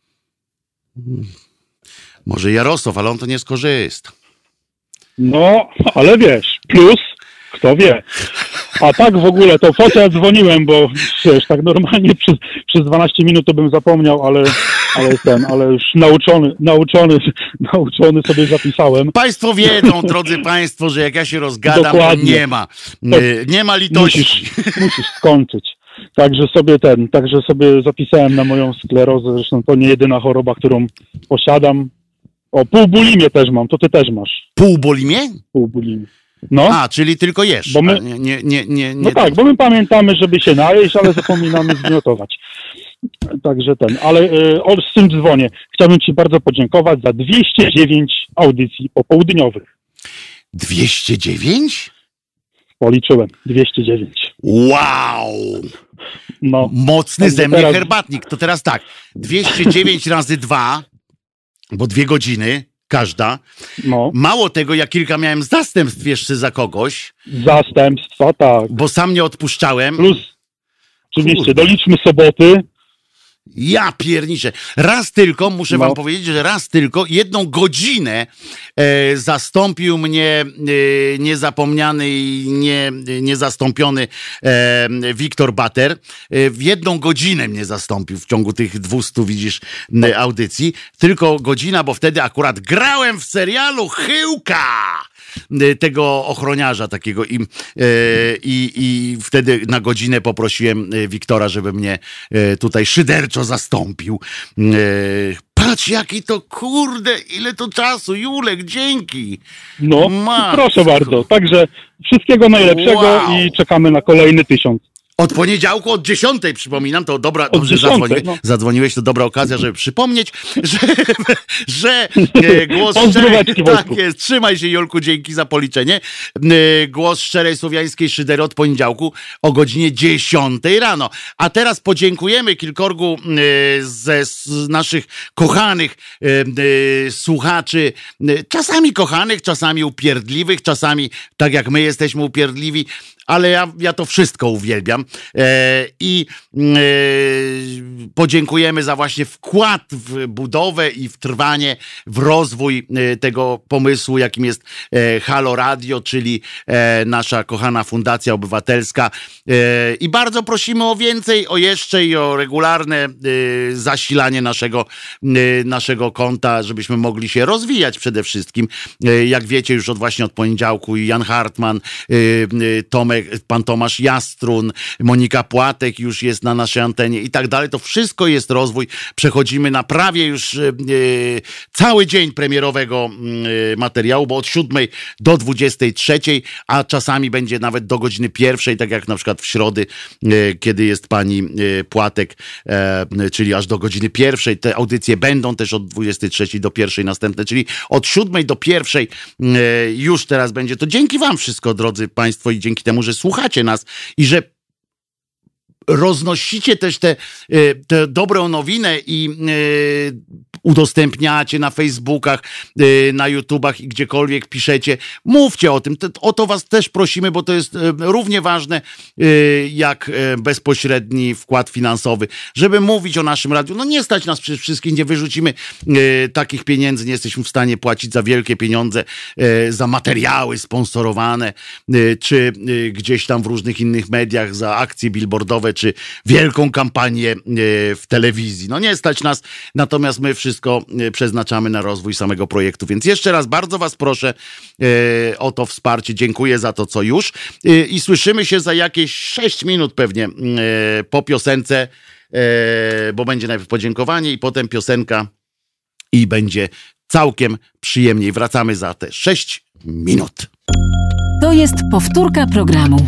S2: Może Jarosław, ale on to nie skorzysta.
S4: No, ale wiesz, plus, kto wie. A tak w ogóle, to po co ja dzwoniłem, bo wiesz, tak normalnie przez, przez dwanaście minut to bym zapomniał, ale, ale ten, ale już nauczony, nauczony, nauczony sobie zapisałem.
S2: Państwo wiedzą, drodzy państwo, że jak ja się rozgadam, Dokładnie. to nie ma, nie ma litości.
S4: Musisz, musisz skończyć. Także sobie ten, także sobie zapisałem na moją sklerozę, zresztą to nie jedyna choroba, którą posiadam. O, półbulimię też mam, to ty też masz.
S2: Półbulimię?
S4: Półbulimię. No.
S2: A, czyli tylko jesz.
S4: Bo my,
S2: nie, nie, nie, nie,
S4: no tak, bo my pamiętamy, żeby się najeść, ale zapominamy zmiotować. Także ten, ale y, o, z tym dzwonię. Chciałbym ci bardzo podziękować za dwieście dziewięć audycji popołudniowych.
S2: dwieście dziewięć?
S4: Policzyłem, dwieście dziewięć.
S2: Wow!
S4: No.
S2: Mocny ze mnie teraz... herbatnik. To teraz tak, dwieście dziewięć razy dwa, bo dwie godziny każda. No. Mało tego, ja kilka miałem zastępstw jeszcze za kogoś.
S4: Zastępstwa, tak.
S2: Bo sam nie odpuszczałem.
S4: Plus, oczywiście, Kurde. doliczmy soboty.
S2: Ja pierniczę. Raz tylko, muszę no. wam powiedzieć, że raz tylko, jedną godzinę e, zastąpił mnie e, niezapomniany i nie, niezastąpiony e, Wiktor Bater. E, w jedną godzinę mnie zastąpił w ciągu tych dwustu, widzisz, e, audycji. Tylko godzina, bo wtedy akurat grałem w serialu Chyłka tego ochroniarza takiego i, e, i, i wtedy na godzinę poprosiłem Wiktora, żeby mnie e, tutaj szyderczo zastąpił. E, patrz jaki to, kurde, ile to czasu, Julek, dzięki.
S4: No, Matko. Proszę bardzo. Także wszystkiego najlepszego wow. i czekamy na kolejny tysiąc.
S2: Od poniedziałku, od dziesiątej, przypominam, to dobra, od dobrze zadzwoniłeś, no. zadzwoniłeś, to dobra okazja, żeby przypomnieć, że, że e, głos szczerej, tak jest, trzymaj się Jolku, dzięki za policzenie, e, głos szczerej słowiańskiej szydery od poniedziałku o godzinie dziesiątej rano. A teraz podziękujemy kilkorgu e, ze z naszych kochanych e, e, słuchaczy, e, czasami kochanych, czasami upierdliwych, czasami tak jak my jesteśmy upierdliwi, ale ja, ja to wszystko uwielbiam e, i e, podziękujemy za właśnie wkład w budowę i w trwanie, w rozwój e, tego pomysłu, jakim jest e, Halo Radio, czyli e, nasza kochana Fundacja Obywatelska e, i bardzo prosimy o więcej, o jeszcze i o regularne e, zasilanie naszego, e, naszego konta, żebyśmy mogli się rozwijać przede wszystkim. E, jak wiecie, już od właśnie od poniedziałku Jan Hartman, e, e, Tomek pan Tomasz Jastrun, Monika Płatek już jest na naszej antenie i tak dalej. To wszystko jest rozwój. Przechodzimy na prawie już e, cały dzień premierowego e, materiału, bo od siódmej do dwudziestej trzeciej, a czasami będzie nawet do godziny pierwszej, tak jak na przykład w środy, e, kiedy jest pani e, Płatek, e, czyli aż do godziny pierwszej. Te audycje będą też od dwudziestej trzeciej do pierwszej następne, czyli od siódmej do pierwszej e, już teraz będzie. To dzięki wam wszystko, drodzy państwo, i dzięki temu, że słuchacie nas i że roznosicie też tę te, te dobrą nowinę i e, udostępniacie na Facebookach, e, na YouTubach i gdziekolwiek piszecie. Mówcie o tym. Te, o to was też prosimy, bo to jest e, równie ważne e, jak e, bezpośredni wkład finansowy. Żeby mówić o naszym radiu. No nie stać nas przede wszystkim, nie wyrzucimy e, takich pieniędzy, nie jesteśmy w stanie płacić za wielkie pieniądze, e, za materiały sponsorowane, e, czy e, gdzieś tam w różnych innych mediach za akcje billboardowe, czy wielką kampanię w telewizji. No nie stać nas, natomiast my wszystko przeznaczamy na rozwój samego projektu. Więc jeszcze raz bardzo was proszę o to wsparcie. Dziękuję za to, co już. I słyszymy się za jakieś sześć minut pewnie po piosence, bo będzie najpierw podziękowanie i potem piosenka i będzie całkiem przyjemniej. Wracamy za te sześć minut.
S3: To jest powtórka programu.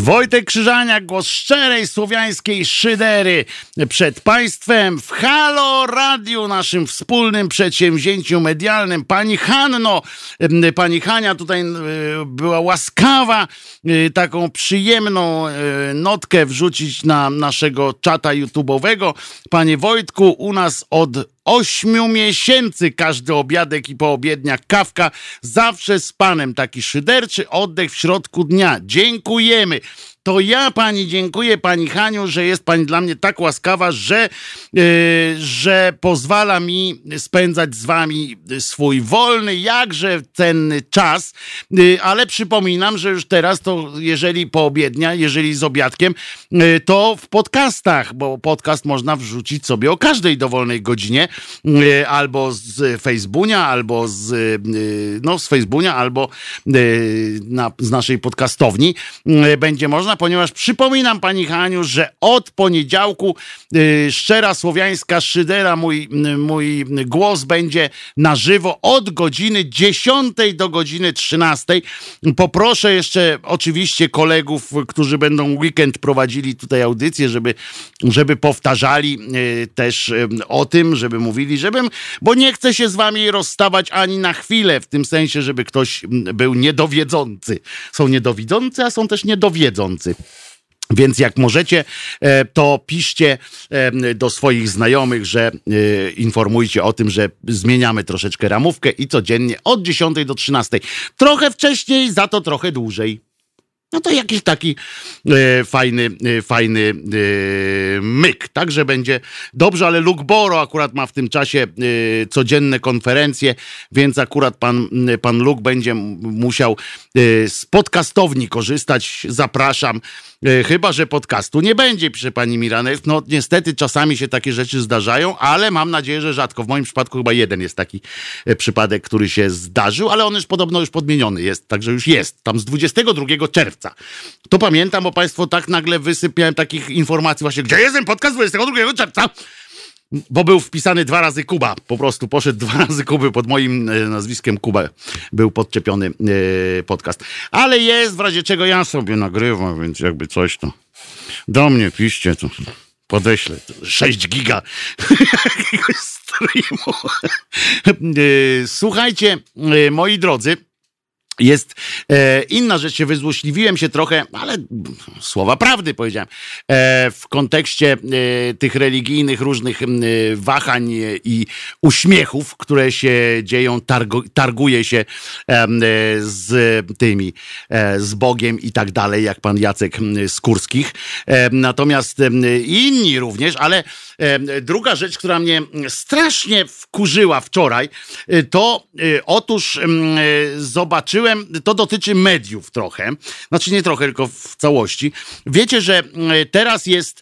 S2: Wojtek Krzyżaniak, głos szczerej słowiańskiej szydery przed państwem w Halo Radiu, naszym wspólnym przedsięwzięciu medialnym. Pani Hanno, pani Hania tutaj była łaskawa taką przyjemną notkę wrzucić na naszego czata YouTube'owego. Panie Wojtku, u nas od ośmiu miesięcy każdy obiadek i poobiednia kawka, zawsze z panem, taki szyderczy oddech w środku dnia. Dziękujemy. To ja pani dziękuję, pani Haniu, że jest pani dla mnie tak łaskawa, że, yy, że pozwala mi spędzać z wami swój wolny, jakże cenny czas, yy, ale przypominam, że już teraz to jeżeli poobiednia, jeżeli z obiadkiem, yy, to w podcastach, bo podcast można wrzucić sobie o każdej dowolnej godzinie, yy, albo z Facebooka, albo z, yy, no, z Facebooka, albo yy, na, z naszej podcastowni yy, będzie można, ponieważ przypominam pani Haniu, że od poniedziałku y, szczera słowiańska szydera, mój, mój głos będzie na żywo od godziny dziesiątej do godziny trzynastej. Poproszę jeszcze oczywiście kolegów, którzy będą weekend prowadzili tutaj audycję, żeby, żeby powtarzali y, też y, o tym, żeby mówili, żebym, bo nie chcę się z wami rozstawać ani na chwilę, w tym sensie, żeby ktoś był niedowiedzący. Są niedowidzący, a są też niedowiedzący. Więc jak możecie, to piszcie do swoich znajomych, że informujcie o tym, że zmieniamy troszeczkę ramówkę i codziennie od dziesiątej do trzynastej. Trochę wcześniej, za to trochę dłużej. No to jakiś taki e, fajny, e, fajny e, myk. Także będzie dobrze, ale Luke Boro akurat ma w tym czasie e, codzienne konferencje, więc akurat pan, pan Luke będzie musiał e, z podcastowni korzystać. Zapraszam. E, chyba że podcastu nie będzie, pisze pani Miranek. No niestety czasami się takie rzeczy zdarzają, ale mam nadzieję, że rzadko. W moim przypadku chyba jeden jest taki e, przypadek, który się zdarzył, ale on już podobno już podmieniony jest, także już jest. Tam z dwudziestego drugiego czerwca. To pamiętam, bo państwo tak nagle wysypiałem takich informacji właśnie, gdzie jest ten podcast dwudziestego drugiego czerwca? Bo był wpisany dwa razy Kuba. Po prostu poszedł dwa razy Kuby pod moim e, nazwiskiem Kuba. Był podczepiony e, podcast. Ale jest, w razie czego ja sobie nagrywam, więc jakby coś to do mnie piszcie, to podeślę sześć giga jakiegoś streamu. e, słuchajcie, e, moi drodzy, jest e, inna rzecz, się wyzłośliwiłem się trochę, ale słowa prawdy powiedziałem, e, w kontekście e, tych religijnych różnych e, wahań i uśmiechów, które się dzieją, targu, targuje się e, z tymi, e, z Bogiem i tak dalej, jak pan Jacek Skórskich. E, natomiast e, inni również, ale e, druga rzecz, która mnie strasznie wkurzyła wczoraj, e, to e, otóż e, zobaczyłem, to dotyczy mediów trochę, znaczy nie trochę, tylko w całości. Wiecie, że teraz jest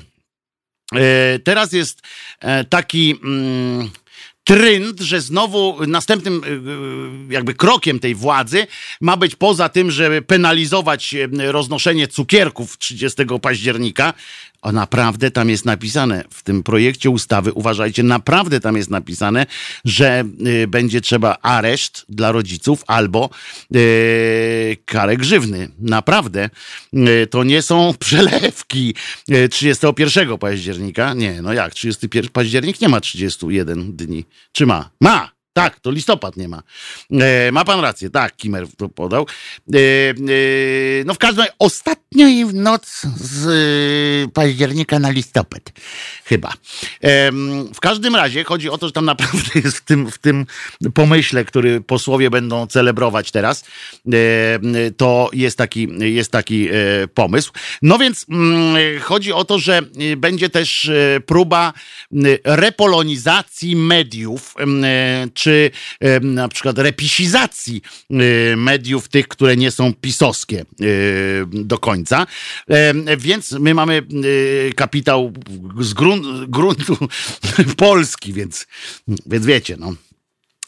S2: teraz jest taki trend, że znowu następnym jakby krokiem tej władzy ma być, poza tym, żeby penalizować roznoszenie cukierków trzydziestego października, a naprawdę tam jest napisane w tym projekcie ustawy, uważajcie, naprawdę tam jest napisane, że y, będzie trzeba areszt dla rodziców albo y, karę grzywny. Naprawdę. Y, to nie są przelewki y, trzydziestego pierwszego października. Nie, no jak? trzydziesty pierwszy październik nie ma trzydziestu jeden dni. Czy ma? Ma! Tak, to listopad nie ma. E, ma pan rację, tak, Kimer to podał. E, e, no w każdym razie ostatniej noc z e, października na listopad. Chyba. E, w każdym razie chodzi o to, że tam naprawdę jest w tym, w tym pomyśle, który posłowie będą celebrować teraz, e, to jest taki, jest taki e, pomysł. No więc m, chodzi o to, że będzie też e, próba repolonizacji mediów, e, czy e, na przykład repisizacji e, mediów tych, które nie są pisowskie e, do końca. E, więc my mamy e, kapitał z grun- gruntu Polski, więc, więc wiecie, no.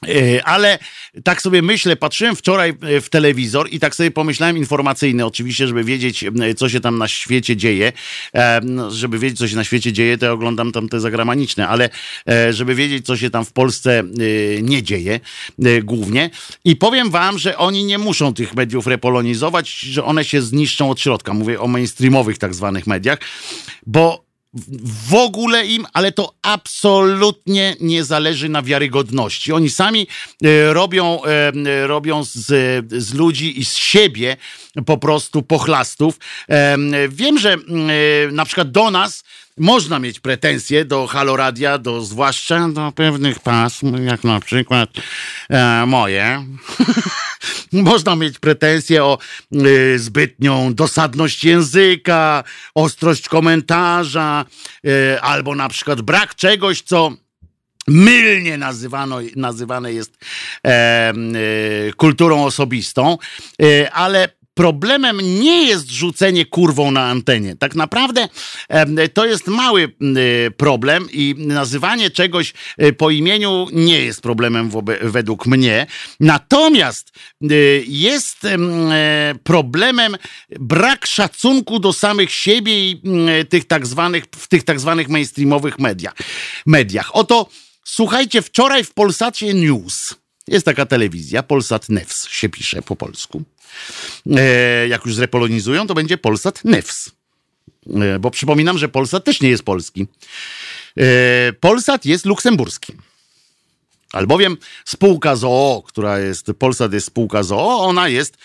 S2: Ale tak sobie myślę, patrzyłem wczoraj w telewizor i tak sobie pomyślałem, informacyjny oczywiście, żeby wiedzieć, co się tam na świecie dzieje. Żeby wiedzieć, co się na świecie dzieje, to ja oglądam tam te zagraniczne, ale żeby wiedzieć, co się tam w Polsce nie dzieje głównie. I powiem wam, że oni nie muszą tych mediów repolonizować, że one się zniszczą od środka. Mówię o mainstreamowych tak zwanych mediach, bo w ogóle im, ale to absolutnie nie zależy na wiarygodności. Oni sami e, robią, e, robią z, z ludzi i z siebie po prostu pochlastów. E, wiem, że e, na przykład do nas można mieć pretensje do Halo Radia, do, zwłaszcza do pewnych pasm, jak na przykład e, moje. Można mieć pretensje o y, zbytnią dosadność języka, ostrość komentarza, y, albo na przykład brak czegoś, co mylnie nazywano, nazywane jest e, e, kulturą osobistą, e, ale problemem nie jest rzucenie kurwą na antenie. Tak naprawdę e, to jest mały e, problem i nazywanie czegoś e, po imieniu nie jest problemem wobe, według mnie. Natomiast e, jest e, problemem brak szacunku do samych siebie i e, tych tak zwanych, w tych tak zwanych mainstreamowych mediach. mediach. Oto słuchajcie, wczoraj w Polsacie News, jest taka telewizja, Polsat News się pisze po polsku. E, jak już zrepolonizują, to będzie Polsat News. E, bo przypominam, że Polsat też nie jest polski. E, Polsat jest luksemburski. Albowiem spółka z o o, która jest, Polsat jest spółka z o o, ona jest e,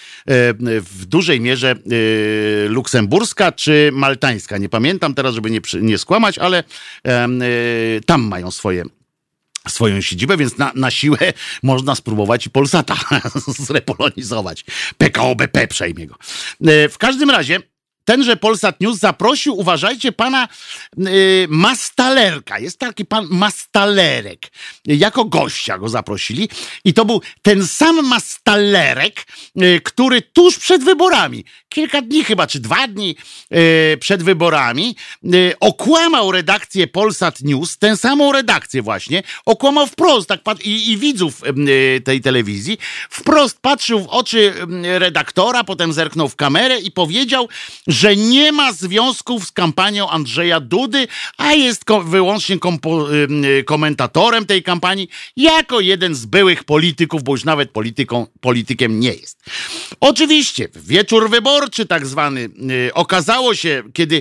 S2: w dużej mierze e, luksemburska czy maltańska. Nie pamiętam teraz, żeby nie, nie skłamać, ale e, e, tam mają swoje swoją siedzibę, więc na, na siłę można spróbować i Polsata zrepolonizować. P K O B P przejmie go. W każdym razie tenże Polsat News zaprosił, uważajcie, pana y, Mastalerka. Jest taki pan Mastalerek. Jako gościa go zaprosili. I to był ten sam Mastalerek, y, który tuż przed wyborami, kilka dni chyba, czy dwa dni y, przed wyborami, y, okłamał redakcję Polsat News, tę samą redakcję właśnie, okłamał wprost, tak pat- i, i widzów y, tej telewizji, wprost patrzył w oczy y, redaktora, potem zerknął w kamerę i powiedział, że nie ma związków z kampanią Andrzeja Dudy, a jest ko- wyłącznie kompo- y- komentatorem tej kampanii jako jeden z byłych polityków, bo już nawet polityką, politykiem nie jest. Oczywiście wieczór wyborczy tak zwany y- okazało się, kiedy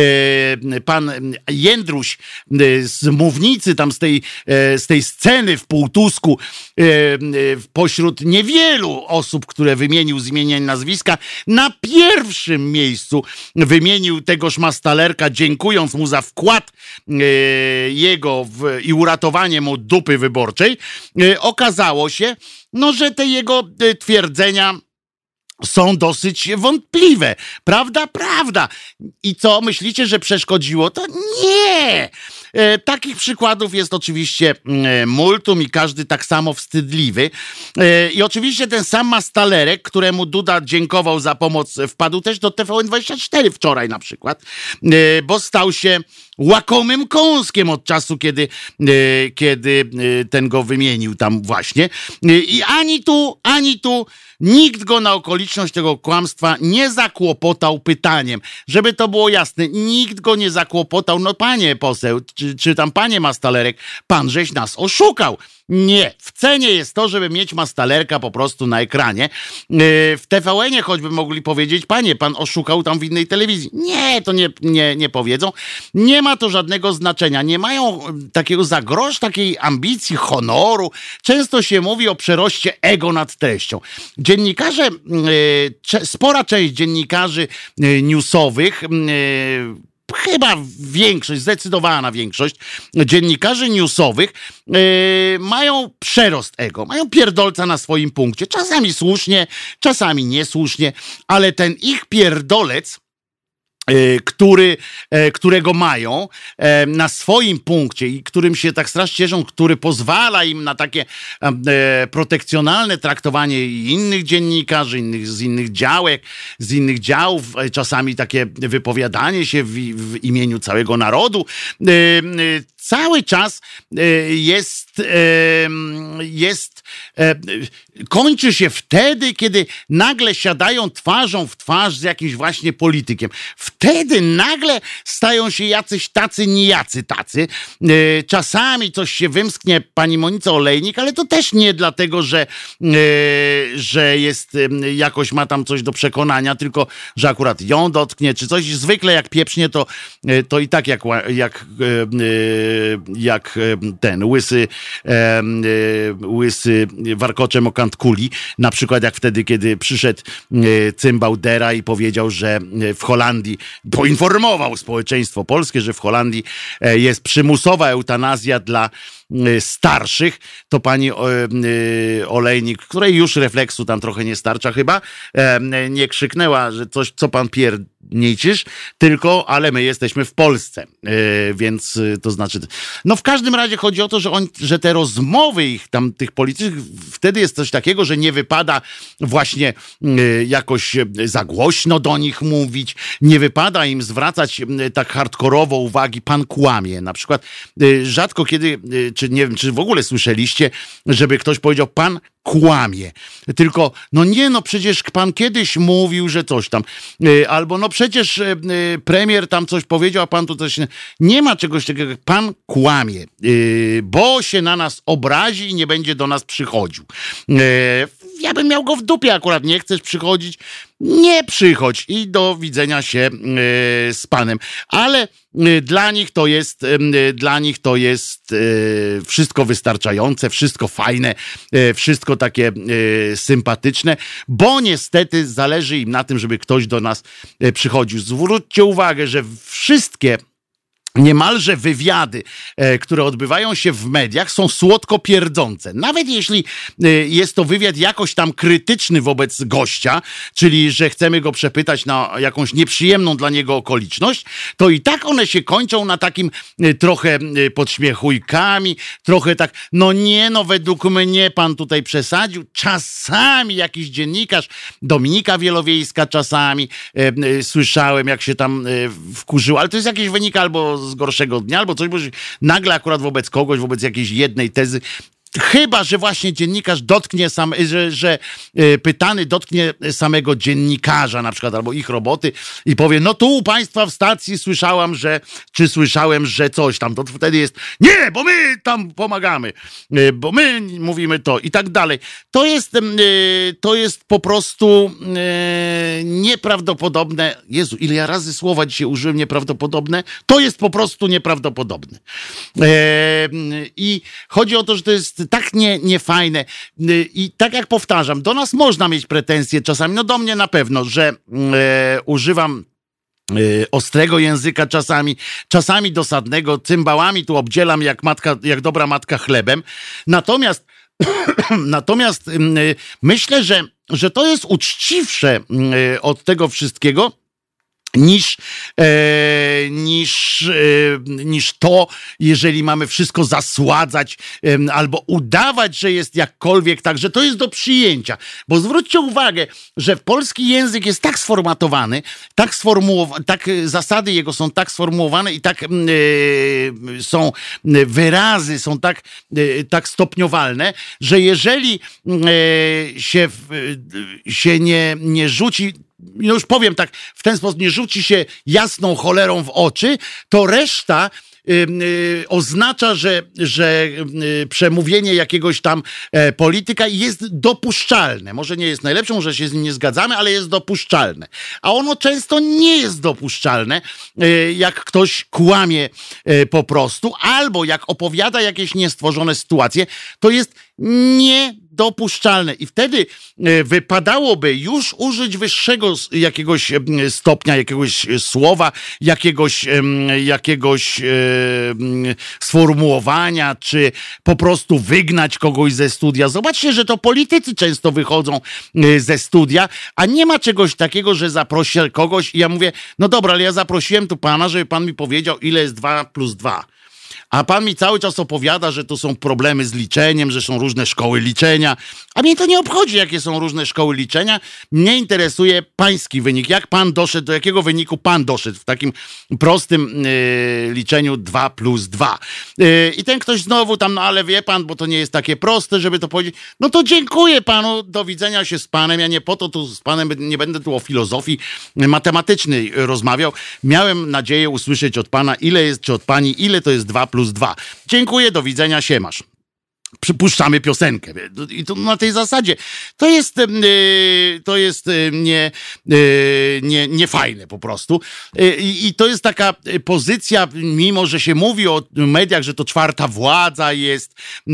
S2: y- pan Jędruś y- z mównicy, tam z tej, y- z tej sceny w Półtusku y- y- pośród niewielu osób, które wymienił z imienia i nazwiska, na pierwszym miejscu wymienił tegoż Mastalerka, dziękując mu za wkład e, jego w, i uratowanie mu dupy wyborczej. E, okazało się, no, że te jego e, twierdzenia są dosyć wątpliwe. Prawda? Prawda. I co? Myślicie, że przeszkodziło? To nie! E, takich przykładów jest oczywiście e, multum i każdy tak samo wstydliwy. E, I oczywiście ten sam Mastalerek, któremu Duda dziękował za pomoc, wpadł też do T V N dwadzieścia cztery wczoraj na przykład, e, bo stał się łakomym kąskiem od czasu, kiedy, e, kiedy e, ten go wymienił tam właśnie. E, I ani tu, ani tu nikt go na okoliczność tego kłamstwa nie zakłopotał pytaniem. Żeby to było jasne, nikt go nie zakłopotał. No panie poseł, czy, czy tam panie Mastalerek, pan żeś nas oszukał. Nie, w cenie jest to, żeby mieć Mastalerka po prostu na ekranie. W T V N-ie choćby mogli powiedzieć, panie, pan oszukał tam w innej telewizji. Nie, to nie, nie, nie powiedzą. Nie ma to żadnego znaczenia. Nie mają takiego za grosz, takiej ambicji, honoru. Często się mówi o przeroście ego nad treścią. Dziennikarze, spora część dziennikarzy newsowych, chyba większość, zdecydowana większość dziennikarzy newsowych yy, mają przerost ego, mają pierdolca na swoim punkcie. Czasami słusznie, czasami niesłusznie, ale ten ich pierdolec który, którego mają na swoim punkcie i którym się tak strasznie cieszą, który pozwala im na takie protekcjonalne traktowanie innych dziennikarzy, innych, z innych działek, z innych działów, czasami takie wypowiadanie się w, w imieniu całego narodu. Cały czas jest, jest, kończy się wtedy, kiedy nagle siadają twarzą w twarz z jakimś właśnie politykiem. Wtedy nagle stają się jacyś tacy, nijacy tacy. Czasami coś się wymsknie pani Monice Olejnik, ale to też nie dlatego, że, że jest jakoś ma tam coś do przekonania, tylko że akurat ją dotknie, czy coś. Zwykle jak pieprznie, to, to i tak jak, jak jak ten łysy łysy warkoczem o kant kuli, na przykład jak wtedy, kiedy przyszedł cymbał Dera i powiedział, że w Holandii, poinformował społeczeństwo polskie, że w Holandii jest przymusowa eutanazja dla starszych, to pani Olejnik, której już refleksu tam trochę nie starcza chyba, nie krzyknęła, że coś, co pan pierniczysz, tylko, ale my jesteśmy w Polsce, więc to znaczy, no w każdym razie chodzi o to, że, on, że te rozmowy ich tam, tych politycznych, wtedy jest coś takiego, że nie wypada właśnie jakoś za głośno do nich mówić, nie wypada im zwracać tak hardkorowo uwagi, pan kłamie, na przykład rzadko kiedy, czy nie wiem, czy w ogóle słyszeliście, żeby ktoś powiedział, pan kłamie. Tylko, no nie, no przecież pan kiedyś mówił, że coś tam. Albo no przecież premier tam coś powiedział, a pan tu coś... Nie ma czegoś takiego, jak pan kłamie, bo się na nas obrazi i nie będzie do nas przychodził. Ja bym miał go w dupie akurat, nie chcesz przychodzić? Nie przychodź i do widzenia się z panem. Ale dla nich to jest, dla nich to jest wszystko wystarczające, wszystko fajne, wszystko takie sympatyczne, bo niestety zależy im na tym, żeby ktoś do nas przychodził. Zwróćcie uwagę, że wszystkie niemalże wywiady, e, które odbywają się w mediach, są słodko pierdzące. Nawet jeśli e, jest to wywiad jakoś tam krytyczny wobec gościa, czyli że chcemy go przepytać na jakąś nieprzyjemną dla niego okoliczność, to i tak one się kończą na takim e, trochę e, podśmiechujkami, trochę tak, no nie, no według mnie pan tutaj przesadził. Czasami jakiś dziennikarz, Dominika Wielowiejska czasami, e, e, słyszałem, jak się tam e, wkurzył, ale to jest jakiś wynik albo z gorszego dnia, albo coś, bo nagle akurat wobec kogoś, wobec jakiejś jednej tezy, chyba że właśnie dziennikarz dotknie sam, że, że pytany dotknie samego dziennikarza na przykład, albo ich roboty i powie, no tu u państwa w stacji słyszałam, że, czy słyszałem, że coś tam, to wtedy jest, nie, bo my tam pomagamy, bo my mówimy to i tak dalej. To jest, to jest po prostu nieprawdopodobne. Jezu, ile ja razy słowa dzisiaj użyłem nieprawdopodobne, to jest po prostu nieprawdopodobne. I chodzi o to, że to jest tak nie, niefajne i tak jak powtarzam, do nas można mieć pretensje czasami, no do mnie na pewno, że e, używam e, ostrego języka czasami, czasami dosadnego, cymbałami tu obdzielam jak matka, jak dobra matka chlebem, natomiast natomiast e, myślę, że, że to jest uczciwsze e, od tego wszystkiego, niż, e, niż, e, niż to, jeżeli mamy wszystko zasładzać e, albo udawać, że jest jakkolwiek tak, że to jest do przyjęcia. Bo zwróćcie uwagę, że polski język jest tak sformatowany, tak sformułowany, tak zasady jego są tak sformułowane i tak e, są wyrazy, są tak, e, tak stopniowalne, że jeżeli e, się, e, się nie, nie rzuci, no już powiem tak, w ten sposób nie rzuci się jasną cholerą w oczy, to reszta y, y, oznacza, że, że y, przemówienie jakiegoś tam e, polityka jest dopuszczalne. Może nie jest najlepsze, może się z nim nie zgadzamy, ale jest dopuszczalne. A ono często nie jest dopuszczalne, y, jak ktoś kłamie y, po prostu, albo jak opowiada jakieś niestworzone sytuacje, to jest niedopuszczalne. I wtedy wypadałoby już użyć wyższego jakiegoś stopnia, jakiegoś słowa, jakiegoś, jakiegoś sformułowania, czy po prostu wygnać kogoś ze studia. Zobaczcie, że to politycy często wychodzą y, ze studia, a nie ma czegoś takiego, że zaprosi kogoś i ja mówię, no dobra, ale ja zaprosiłem tu pana, żeby pan mi powiedział, ile jest dwa plus dwa. A pan mi cały czas opowiada, że to są problemy z liczeniem, że są różne szkoły liczenia. A mnie to nie obchodzi, jakie są różne szkoły liczenia. Mnie interesuje pański wynik. Jak pan doszedł, do jakiego wyniku pan doszedł w takim prostym yy, liczeniu dwa plus dwa. Yy, I ten ktoś znowu tam, no ale wie pan, bo to nie jest takie proste, żeby to powiedzieć. No to dziękuję panu, do widzenia się z panem. Ja nie po to tu z panem, nie będę tu o filozofii matematycznej rozmawiał. Miałem nadzieję usłyszeć od pana, ile jest, czy od pani, ile to jest dwa plus dwa. Dziękuję, do widzenia, siemasz. Przypuszczamy piosenkę. I to na tej zasadzie. To jest, yy, to jest yy, nie, yy, nie, nie fajne po prostu. Yy, I to jest taka pozycja, mimo że się mówi o mediach, że to czwarta władza jest yy,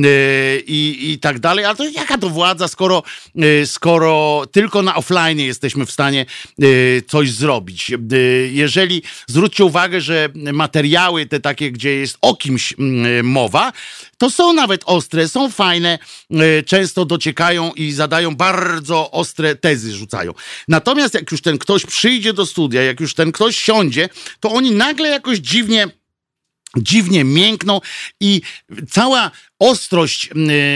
S2: i, i tak dalej, ale to jaka to władza, skoro, yy, skoro tylko na offline jesteśmy w stanie yy, coś zrobić. Yy, jeżeli, zwróćcie uwagę, że materiały te takie, gdzie jest o kimś yy, mowa, to są nawet ostre, są fajne, często dociekają i zadają bardzo ostre tezy, rzucają. Natomiast jak już ten ktoś przyjdzie do studia, jak już ten ktoś siądzie, to oni nagle jakoś dziwnie, dziwnie miękną i cała ostrość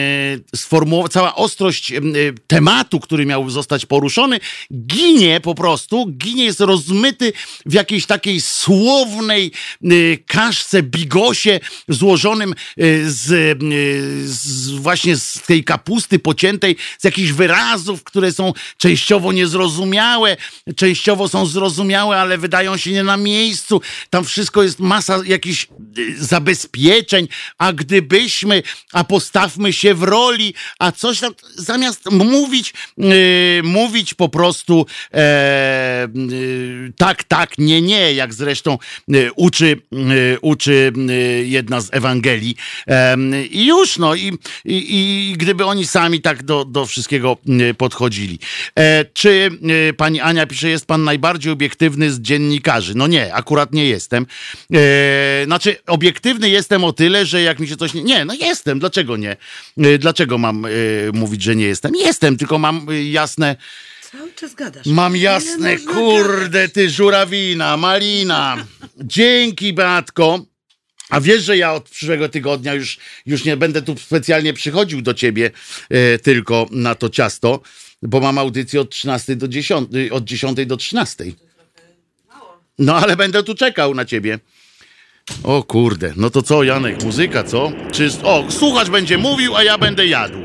S2: yy, sformułowa- cała ostrość yy, tematu, który miał zostać poruszony, ginie po prostu, ginie, jest rozmyty w jakiejś takiej słownej yy, kaszce, bigosie złożonym yy, z, yy, z właśnie z tej kapusty pociętej, z jakichś wyrazów, które są częściowo niezrozumiałe, częściowo są zrozumiałe, ale wydają się nie na miejscu. Tam wszystko jest masa jakichś yy, zabezpieczeń, a gdybyśmy a postawmy się w roli, a coś tam, zamiast mówić, yy, mówić po prostu e, yy, tak, tak, nie, nie, jak zresztą yy, uczy, yy, uczy yy, jedna z Ewangelii. Yy, I już, no, i, i, i gdyby oni sami tak do, do wszystkiego yy, podchodzili. E, czy yy, pani Ania pisze, jest pan najbardziej obiektywny z dziennikarzy? No nie, akurat nie jestem. E, znaczy, obiektywny jestem o tyle, że jak mi się coś nie... Nie, no jestem. Dlaczego nie? Dlaczego mam y, mówić, że nie jestem? Jestem, tylko mam y, jasne...
S5: Cały czas gadasz.
S2: Mam jasne, kurde, ty żurawina, malina. Dzięki, Beatko. A wiesz, że ja od przyszłego tygodnia już, już nie będę tu specjalnie przychodził do ciebie y, tylko na to ciasto, bo mam audycję od trzynastej do dziesiątej, od dziesiątej do trzynastej. No, ale będę tu czekał na ciebie. O kurde, no to co, Janek, muzyka, co? Czy, o, słuchacz będzie mówił, a ja będę jadł.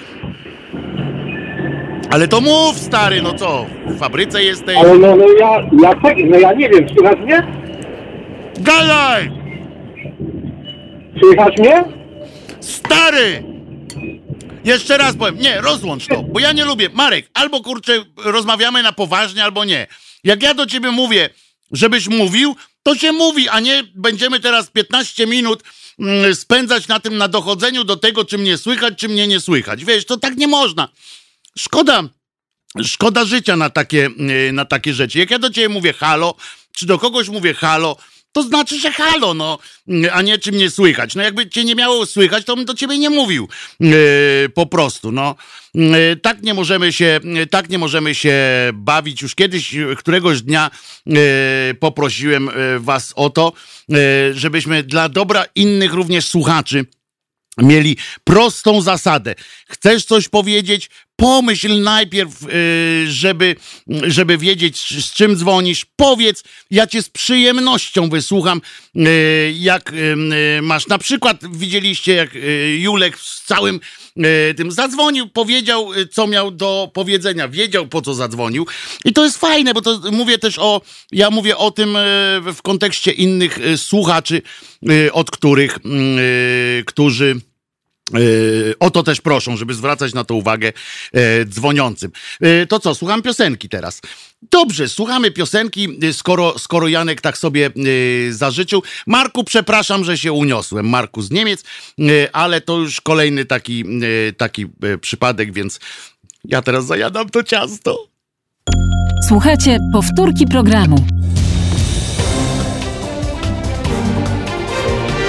S2: Ale to mów, stary, no co? W fabryce jesteś?
S1: Ale no, no ja, ja, no ja nie wiem, słychać mnie?
S2: Gadaj!
S1: Słychać mnie?
S2: Stary! Jeszcze raz powiem, nie, rozłącz to, bo ja nie lubię. Marek, albo kurczę, rozmawiamy na poważnie, albo nie. Jak ja do ciebie mówię, żebyś mówił, to się mówi, a nie będziemy teraz piętnaście minut mm, spędzać na tym, na dochodzeniu do tego, czy mnie słychać, czy mnie nie słychać. Wiesz, to tak nie można. Szkoda, szkoda życia na takie, yy, na takie rzeczy. Jak ja do ciebie mówię halo, czy do kogoś mówię halo, to znaczy, że halo, no, a nie czy mnie słychać. No jakby cię nie miało słychać, to bym do ciebie nie mówił. Yy, po prostu, no. Yy, tak nie możemy się, yy, tak nie możemy się bawić. Już kiedyś, yy, któregoś dnia yy, poprosiłem yy, was o to, yy, żebyśmy dla dobra innych również słuchaczy mieli prostą zasadę. Chcesz coś powiedzieć? Pomyśl najpierw, żeby, żeby wiedzieć, z czym dzwonisz. Powiedz, ja cię z przyjemnością wysłucham. Jak masz, na przykład widzieliście, jak Julek z całym tym zadzwonił, powiedział, co miał do powiedzenia. Wiedział, po co zadzwonił. I to jest fajne, bo to mówię też o, ja mówię o tym w kontekście innych słuchaczy, od których, którzy Yy, o to też proszą, żeby zwracać na to uwagę yy, dzwoniącym. Yy, to co, słucham piosenki teraz. Dobrze, słuchamy piosenki, yy, skoro, skoro Janek tak sobie yy, zażyczył. Marku, przepraszam, że się uniosłem. Marku z Niemiec, yy, ale to już kolejny taki, yy, taki yy, przypadek, więc ja teraz zajadam to ciasto.
S3: Słuchajcie, powtórki programu.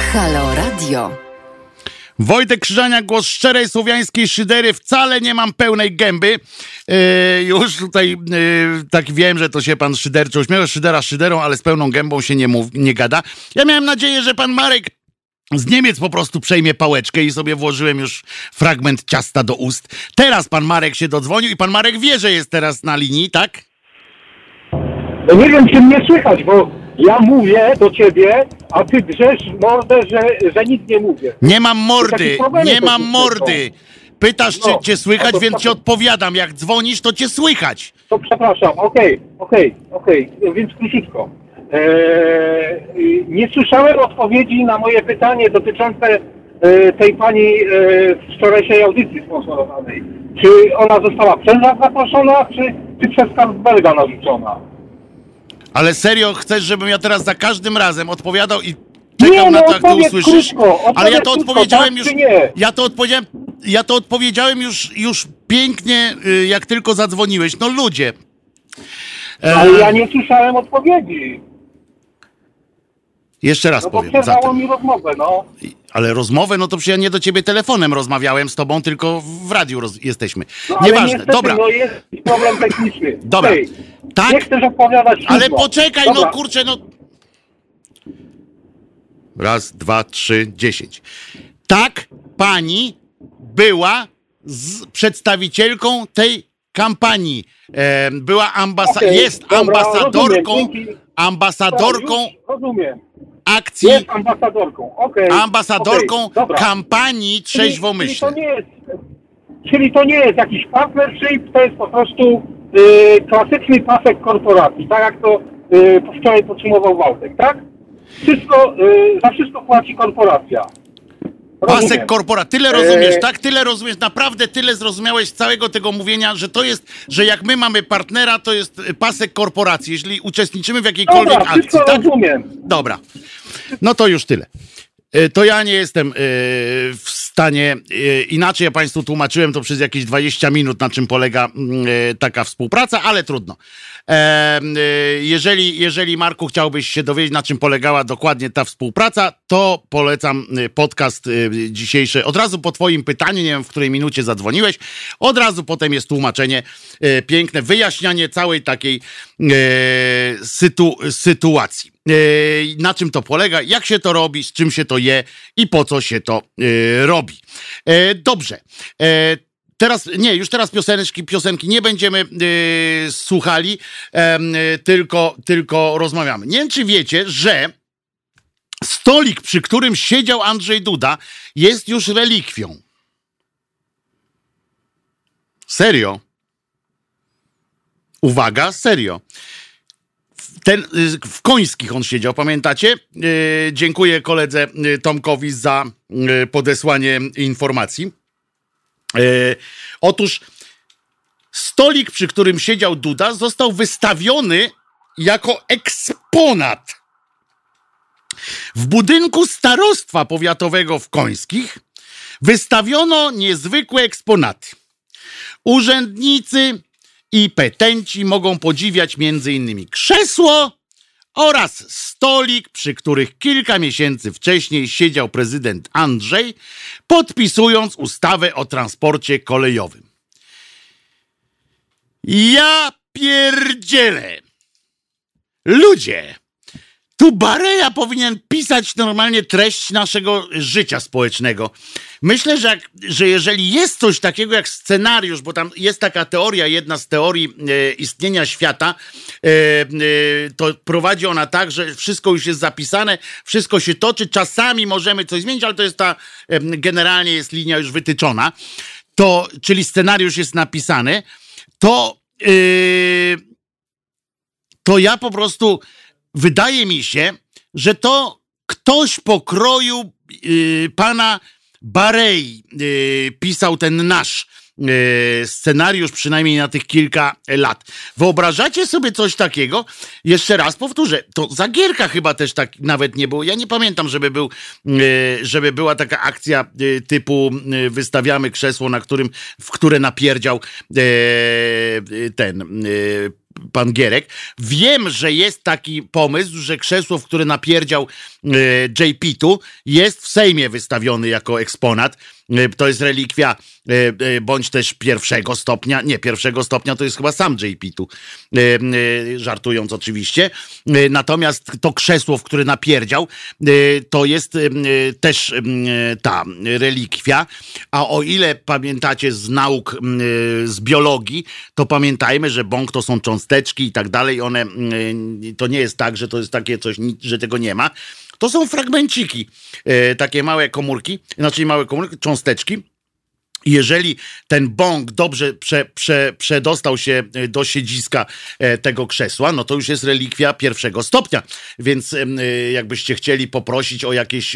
S5: Halo Radio.
S2: Wojtek Krzyżaniak, głos szczerej słowiańskiej szydery. Wcale nie mam pełnej gęby. Yy, już tutaj yy, tak wiem, że to się pan szyderczo uśmiecha. Szydera szyderą, ale z pełną gębą się nie, mów, nie gada. Ja miałem nadzieję, że pan Marek z Niemiec po prostu przejmie pałeczkę i sobie włożyłem już fragment ciasta do ust. Teraz pan Marek się dodzwonił i pan Marek wie, że jest teraz na linii, tak?
S1: No nie wiem, czy mnie słychać, bo ja mówię do ciebie, a ty drzesz mordę, że, że nic nie mówię.
S2: Nie mam mordy,
S1: problemy
S2: nie mam
S1: są.
S2: mordy. Pytasz, czy
S1: No,
S2: cię słychać,
S1: no to-
S2: więc ci odpowiadam. Jak dzwonisz, to cię słychać.
S1: To przepraszam, okej, okej, okej, więc króciutko. Eee, nie słyszałem odpowiedzi na moje pytanie dotyczące e, tej pani e, z wczorajszej audycji sponsorowanej. Czy ona została przez nas zaproszona, czy, czy przez Carlsberga narzucona?
S2: Ale serio, chcesz, żebym ja teraz za każdym razem odpowiadał i czekał
S1: Nie,
S2: na
S1: no
S2: to, jak to
S1: odpowiedz
S2: usłyszysz?
S1: krótko,
S2: Ale ja
S1: odpowiedz
S2: to
S1: krótko,
S2: odpowiedziałem
S1: tak
S2: już.
S1: czy nie?
S2: Ja to odpowiedziałem. Ja to odpowiedziałem już, już pięknie, y, jak tylko zadzwoniłeś. No ludzie. E,
S1: Ale ja nie słyszałem odpowiedzi.
S2: Jeszcze raz
S1: No to
S2: powiem.
S1: przerwało
S2: Zatem.
S1: mi rozmowę, no.
S2: Ale rozmowę, no to przecież ja nie do ciebie telefonem rozmawiałem z tobą, tylko w radiu roz- jesteśmy.
S1: no ale
S2: Nieważne,
S1: niestety,
S2: dobra.
S1: No jest problem techniczny.
S2: Dobra.
S1: Okej.
S2: Tak?
S1: Nie chcesz odpowiadać
S2: Ale
S1: szybko.
S2: poczekaj,
S1: Dobra.
S2: no kurczę, no. Raz, dwa, trzy, dziesięć. Tak, pani była z przedstawicielką tej kampanii. E, była ambasa-
S1: Okej,
S2: jest
S1: dobra,
S2: ambasadorką,
S1: rozumiem, dzięki.
S2: ambasadorką
S1: Już rozumiem.
S2: akcji,
S1: Jest ambasadorką, okej.
S2: ambasadorką
S1: okej, dobra.
S2: kampanii
S1: Czyli, czyli, to
S2: trzeźwomyślnej.
S1: nie jest, czyli to nie jest jakiś partnership, to jest po prostu y, klasyczny pasek korporacji, tak jak to y, wczoraj podsumował Wałtek, tak? Wszystko, y, za wszystko płaci korporacja. Rozumiem.
S2: Pasek korpora, tyle rozumiesz,
S1: E,
S2: tak? Tyle rozumiesz, naprawdę tyle zrozumiałeś z całego tego mówienia, że to jest, że jak my mamy partnera, to jest pasek korporacji, jeśli uczestniczymy w jakiejkolwiek
S1: Dobra,
S2: akcji,
S1: wszystko
S2: tak?
S1: rozumiem.
S2: Dobra, no to już tyle. E, To ja nie jestem e, w stanie, e, inaczej ja państwu tłumaczyłem to przez jakieś dwadzieścia minut, na czym polega mm, e, taka współpraca, ale trudno. E, e, Jeżeli, jeżeli Marku chciałbyś się dowiedzieć, na czym polegała dokładnie ta współpraca, to polecam e, podcast e, dzisiejszy. Od razu po twoim pytaniu, nie wiem w której minucie zadzwoniłeś, od razu potem jest tłumaczenie e, piękne, wyjaśnianie całej takiej e, sytu, sytuacji. E, Na czym to polega, jak się to robi, z czym się to je i po co się to e, robi. E, Dobrze. E, Teraz, nie, już teraz piosenki, piosenki nie będziemy yy, słuchali, yy, tylko, tylko rozmawiamy. Nie wiem, czy wiecie, że stolik, przy którym siedział Andrzej Duda, jest już relikwią. Serio. Uwaga, serio. Ten, w Końskich on siedział, pamiętacie? Yy, dziękuję koledze Tomkowi za yy, podesłanie informacji. E, otóż stolik, przy którym siedział Duda, został wystawiony jako eksponat w budynku starostwa powiatowego w Końskich. Wystawiono niezwykłe eksponaty. Urzędnicy i petenci mogą podziwiać między innymi krzesło oraz stolik, przy których kilka miesięcy wcześniej siedział prezydent Andrzej, podpisując ustawę o transporcie kolejowym. Ja pierdzielę! Ludzie! Tu Bareja powinien pisać normalnie treść naszego życia społecznego. Myślę, że, jak, że jeżeli jest coś takiego jak scenariusz, bo tam jest taka teoria, jedna z teorii e, istnienia świata, e, e, to prowadzi ona tak, że wszystko już jest zapisane, wszystko się toczy, czasami możemy coś zmienić, ale to jest ta, e, generalnie jest linia już wytyczona, to, czyli scenariusz jest napisany, to, e, to ja po prostu wydaje mi się, że to ktoś pokroju yy, pana Barei yy, pisał ten nasz yy, scenariusz, przynajmniej na tych kilka lat. Wyobrażacie sobie coś takiego? Jeszcze raz powtórzę, to Zagierka chyba też tak nawet nie było. Ja nie pamiętam, żeby, był, yy, żeby była taka akcja yy, typu yy, wystawiamy krzesło, na którym, w które napierdział yy, ten... Yy, pan Gierek. Wiem, że jest taki pomysł, że krzesło, w które napierdział J P tu, jest w Sejmie wystawiony jako eksponat. To jest relikwia bądź też pierwszego stopnia. Nie, pierwszego stopnia to jest chyba sam J P tu. Żartując oczywiście. Natomiast to krzesło, w które napierdział, to jest też ta relikwia. A o ile pamiętacie z nauk, z biologii, to pamiętajmy, że bąk to są cząsteczki i tak dalej. One, to nie jest tak, że to jest takie coś, że tego nie ma. To są fragmenciki, takie małe komórki, znaczy małe komórki, cząsteczki. Jeżeli ten bąk dobrze prze, prze, przedostał się do siedziska tego krzesła, no to już jest relikwia pierwszego stopnia. Więc jakbyście chcieli poprosić o jakieś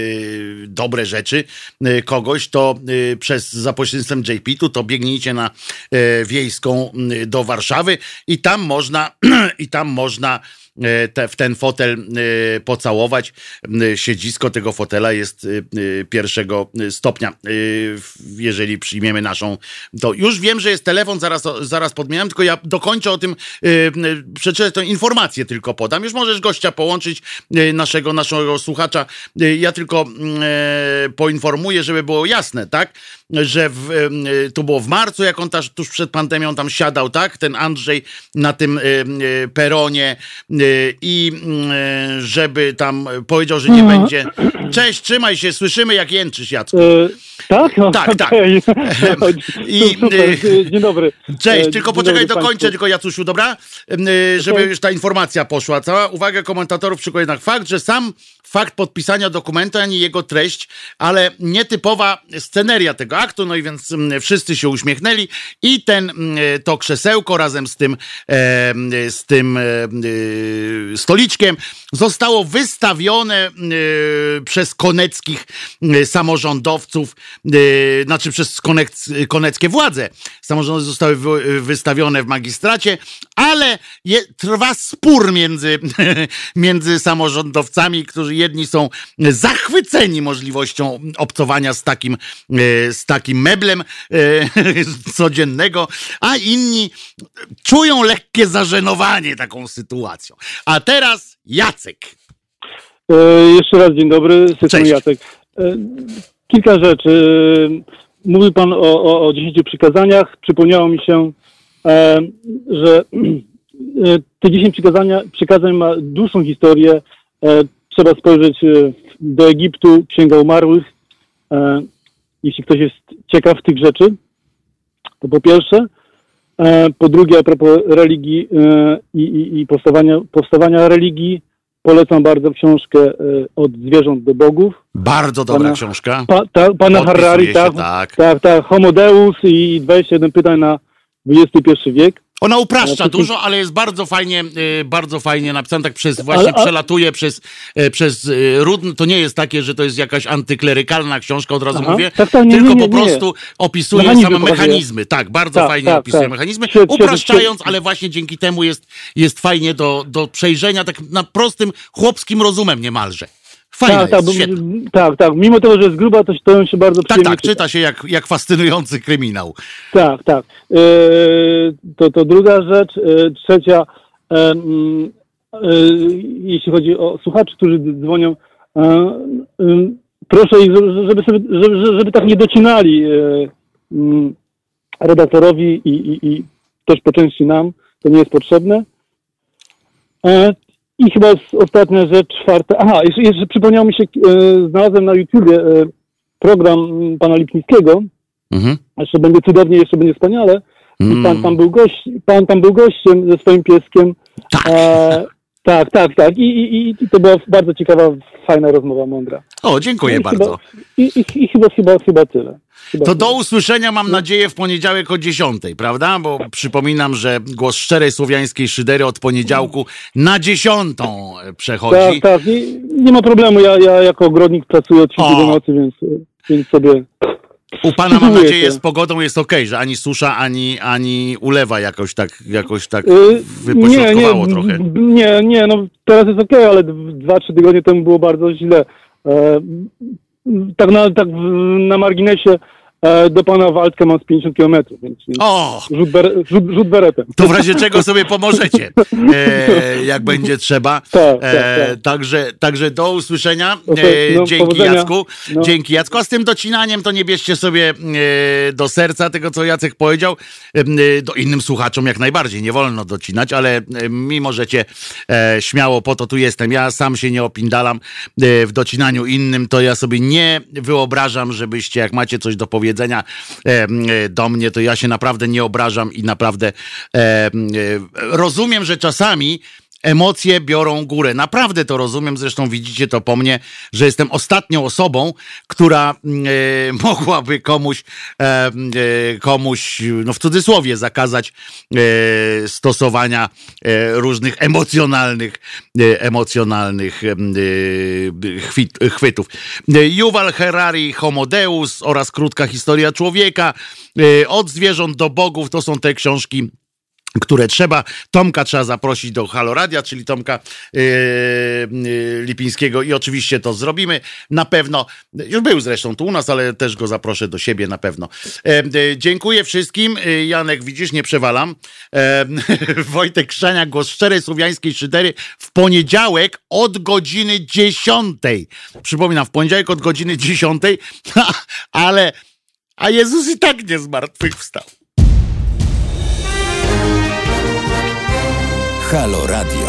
S2: dobre rzeczy kogoś, to przez za pośrednictwem J P tu to biegnijcie na Wiejską do Warszawy i tam można i tam można Te, w ten fotel y, pocałować. Y, siedzisko tego fotela jest y, y, pierwszego stopnia. Y, jeżeli przyjmiemy naszą... To już wiem, że jest telefon, zaraz, zaraz podmieniam, tylko ja dokończę o tym, y, y, przeczytać tę informację tylko podam. Już możesz gościa połączyć, y, naszego, naszego słuchacza. Y, ja tylko y, poinformuję, żeby było jasne, tak? Że w, y, to było w marcu, jak on taż, tuż przed pandemią tam siadał, tak? Ten Andrzej na tym y, y, peronie y, i y, żeby tam powiedział, że nie
S4: no.
S2: będzie. Cześć, trzymaj się, słyszymy jak jęczysz, Jacku.
S4: E, tak? No,
S2: tak, tak.
S4: Okay.
S2: I,
S4: Super. Dzień dobry.
S2: Cześć, tylko
S4: Dzień
S2: poczekaj,
S4: dobry
S2: dokończę, tylko Jacusiu, dobra? Y, żeby
S4: Okay.
S2: już ta informacja poszła. Cała uwaga komentatorów przykłada jednak fakt, że sam fakt podpisania dokumentu, ani jego treść, ale nietypowa sceneria tego aktu, no i więc mm, wszyscy się uśmiechnęli i ten, mm, to krzesełko razem z tym, e, z tym e, e, stoliczkiem zostało wystawione e, przez koneckich e, samorządowców, e, znaczy przez konec, koneckie władze. Samorządy zostały wy, wystawione w magistracie, ale je, trwa spór między, między samorządowcami, którzy jedni są zachwyceni możliwością obcowania z takim, z takim meblem codziennego, a inni czują lekkie zażenowanie taką sytuacją. A teraz Jacek.
S4: E, jeszcze raz dzień dobry, jestem Jacek. E, kilka rzeczy. Mówił pan o, o, o dziesięciu przykazaniach. Przypomniało mi się, e, że e, te dziesięć przykazania, przykazań ma dłuższą historię. E, trzeba spojrzeć do Egiptu, Księga Umarłych. E, jeśli ktoś jest ciekaw tych rzeczy, to po pierwsze. E, po drugie, a propos religii e, i, i, i powstawania, powstawania religii, polecam bardzo książkę e, Od zwierząt do bogów.
S2: Bardzo dobra
S4: pana,
S2: książka.
S4: Pa, ta, pana
S2: Podpisuje
S4: Harari,
S2: się,
S4: tak,
S2: tak.
S4: tak, tak, Homo Deus i dwadzieścia jeden pytań na dwudziesty pierwszy wiek.
S2: Ona upraszcza
S4: Ale to-
S2: dużo, ale jest bardzo fajnie, y, bardzo fajnie napisane, tak przez, właśnie
S4: Ale- a-
S2: przelatuje przez, y, przez y, Rudn. To nie jest takie, że to jest jakaś antyklerykalna książka, od razu
S4: Aha.
S2: mówię,
S4: Tak, tak, nie,
S2: tylko
S4: nie, nie,
S2: po
S4: nie.
S2: prostu opisuje
S4: Mechanizmy
S2: same
S4: pokazuje.
S2: mechanizmy. Tak, bardzo
S4: Tak,
S2: fajnie
S4: tak,
S2: opisuje
S4: tak.
S2: mechanizmy,
S4: Świet- świetnie,
S2: upraszczając,
S4: świetnie.
S2: ale właśnie dzięki temu jest, jest fajnie do, do przejrzenia, tak na prostym, chłopskim rozumem niemalże. Fajne
S4: Tak, tak,
S2: jest,
S4: bo-
S2: świetne.
S4: tak, tak, mimo tego, że jest gruba, to, to ją się bardzo
S2: Tak,
S4: przyjemnie
S2: tak, czyta się jak, jak fascynujący kryminał.
S4: Tak, tak. E, to, to druga rzecz. E, trzecia, e, mm, e, jeśli chodzi o słuchaczy, którzy d- dzwonią, e, e, proszę ich, żeby, sobie, żeby, żeby tak nie docinali e, mm, redaktorowi i, i, i też po części nam. To nie jest potrzebne. E, I chyba s- ostatnia rzecz, czwarta. Aha, jeszcze, jeszcze przypomniało mi się, e, znalazłem na YouTubie e, program m, pana Lipnickiego.
S2: Mhm.
S4: Jeszcze będzie cudownie, jeszcze będzie wspaniale. I
S2: Mm.
S4: pan tam był gość, pan tam był gościem ze swoim pieskiem.
S2: Tak.
S4: E, tak, tak, tak. I, i, I to była bardzo ciekawa, fajna rozmowa, mądra.
S2: O, dziękuję
S4: I
S2: bardzo.
S4: Chyba, i, i, I chyba, chyba, chyba tyle. Chyba
S2: To
S4: tyle.
S2: do usłyszenia mam nadzieję w poniedziałek o dziesiątej, prawda? Bo przypominam, że głos szczerej słowiańskiej szydery od poniedziałku na dziesiątą przechodzi.
S4: Tak, tak. Nie, nie ma problemu. Ja, ja jako ogrodnik pracuję od świtu
S2: O.
S4: do nocy, więc, więc sobie...
S2: U pana mam
S4: Przyjmuję
S2: nadzieję
S4: to.
S2: z pogodą jest okej, że ani susza, ani, ani ulewa jakoś tak, jakoś tak
S4: Y,
S2: wypośrodkowało
S4: nie, nie,
S2: trochę.
S4: b- Nie, nie, no teraz jest okej, ale d- dwa, trzy tygodnie temu było bardzo źle. E, tak na, tak w- na marginesie, E, do pana Waldka mam z pięćdziesiąt kilometrów, więc, więc
S2: O!
S4: rzut, bere, rzut, rzut beretem.
S2: To w razie czego sobie pomożecie, e, jak będzie trzeba.
S4: Tak, tak,
S2: E,
S4: tak.
S2: także, także do usłyszenia.
S4: No,
S2: E,
S4: no,
S2: dzięki
S4: powodzenia.
S2: Jacku.
S4: No.
S2: Dzięki Jacku. A z tym docinaniem to nie bierzcie sobie e, do serca tego, co Jacek powiedział. E, do innym słuchaczom jak najbardziej. Nie wolno docinać, ale e, mi możecie e, śmiało, po to tu jestem. Ja sam się nie opindalam e, w docinaniu innym, to ja sobie nie wyobrażam, żebyście, jak macie coś do powiedzenia e, e, do mnie, to ja się naprawdę nie obrażam i naprawdę e, e, rozumiem, że czasami emocje biorą górę. Naprawdę to rozumiem, zresztą widzicie to po mnie, że jestem ostatnią osobą, która e, mogłaby komuś, e, e, komuś, no w cudzysłowie, zakazać e, stosowania e, różnych emocjonalnych, e, emocjonalnych e, chwit, chwytów. E, Yuval Harari, Homo Deus oraz Krótka historia człowieka, e, Od zwierząt do bogów, to są te książki, które trzeba. Tomka trzeba zaprosić do Halo Radia, czyli Tomka yy, yy, Lipińskiego i oczywiście to zrobimy na pewno. Już był zresztą tu u nas, ale też go zaproszę do siebie na pewno. E, e, dziękuję wszystkim. E, Janek, widzisz, nie przewalam. E, Wojtek Krzaniak, głos szczerej słowiańskiej szydery w poniedziałek od godziny dziesiątej. Przypominam, w poniedziałek od godziny dziesiątej, ale a Jezus i tak nie zmartwychwstał.
S5: Halo Radio.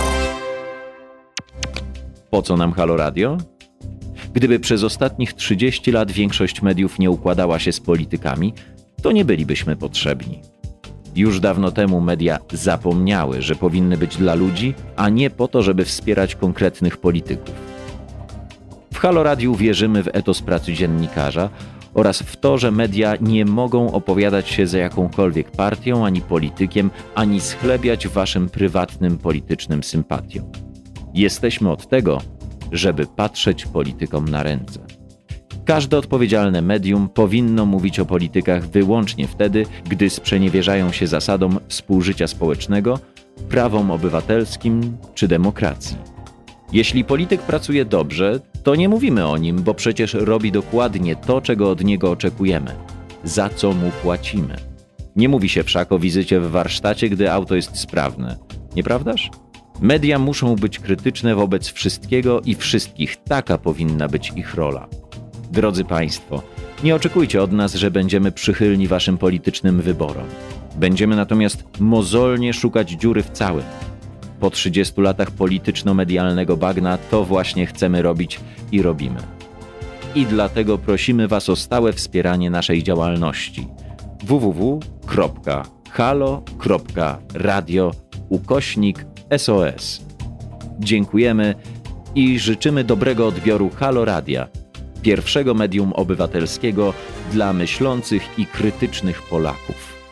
S6: Po co nam Halo Radio? Gdyby przez ostatnich trzydzieści lat większość mediów nie układała się z politykami, to nie bylibyśmy potrzebni. Już dawno temu media zapomniały, że powinny być dla ludzi, a nie po to, żeby wspierać konkretnych polityków. W Halo Radiu wierzymy w etos pracy dziennikarza oraz w to, że media nie mogą opowiadać się za jakąkolwiek partią ani politykiem, ani schlebiać waszym prywatnym politycznym sympatiom. Jesteśmy od tego, żeby patrzeć politykom na ręce. Każde odpowiedzialne medium powinno mówić o politykach wyłącznie wtedy, gdy sprzeniewierzają się zasadom współżycia społecznego, prawom obywatelskim czy demokracji. Jeśli polityk pracuje dobrze, to nie mówimy o nim, bo przecież robi dokładnie to, czego od niego oczekujemy, za co mu płacimy. Nie mówi się wszak o wizycie w warsztacie, gdy auto jest sprawne. Nieprawdaż? Media muszą być krytyczne wobec wszystkiego i wszystkich. Taka powinna być ich rola. Drodzy Państwo, nie oczekujcie od nas, że będziemy przychylni waszym politycznym wyborom. Będziemy natomiast mozolnie szukać dziury w całym. Po trzydziestu latach polityczno-medialnego bagna to właśnie chcemy robić i robimy. I dlatego prosimy was o stałe wspieranie naszej działalności. w w w kropka halo kropka radio ukośnik S O S. Dziękujemy i życzymy dobrego odbioru Halo Radia, pierwszego medium obywatelskiego dla myślących i krytycznych Polaków.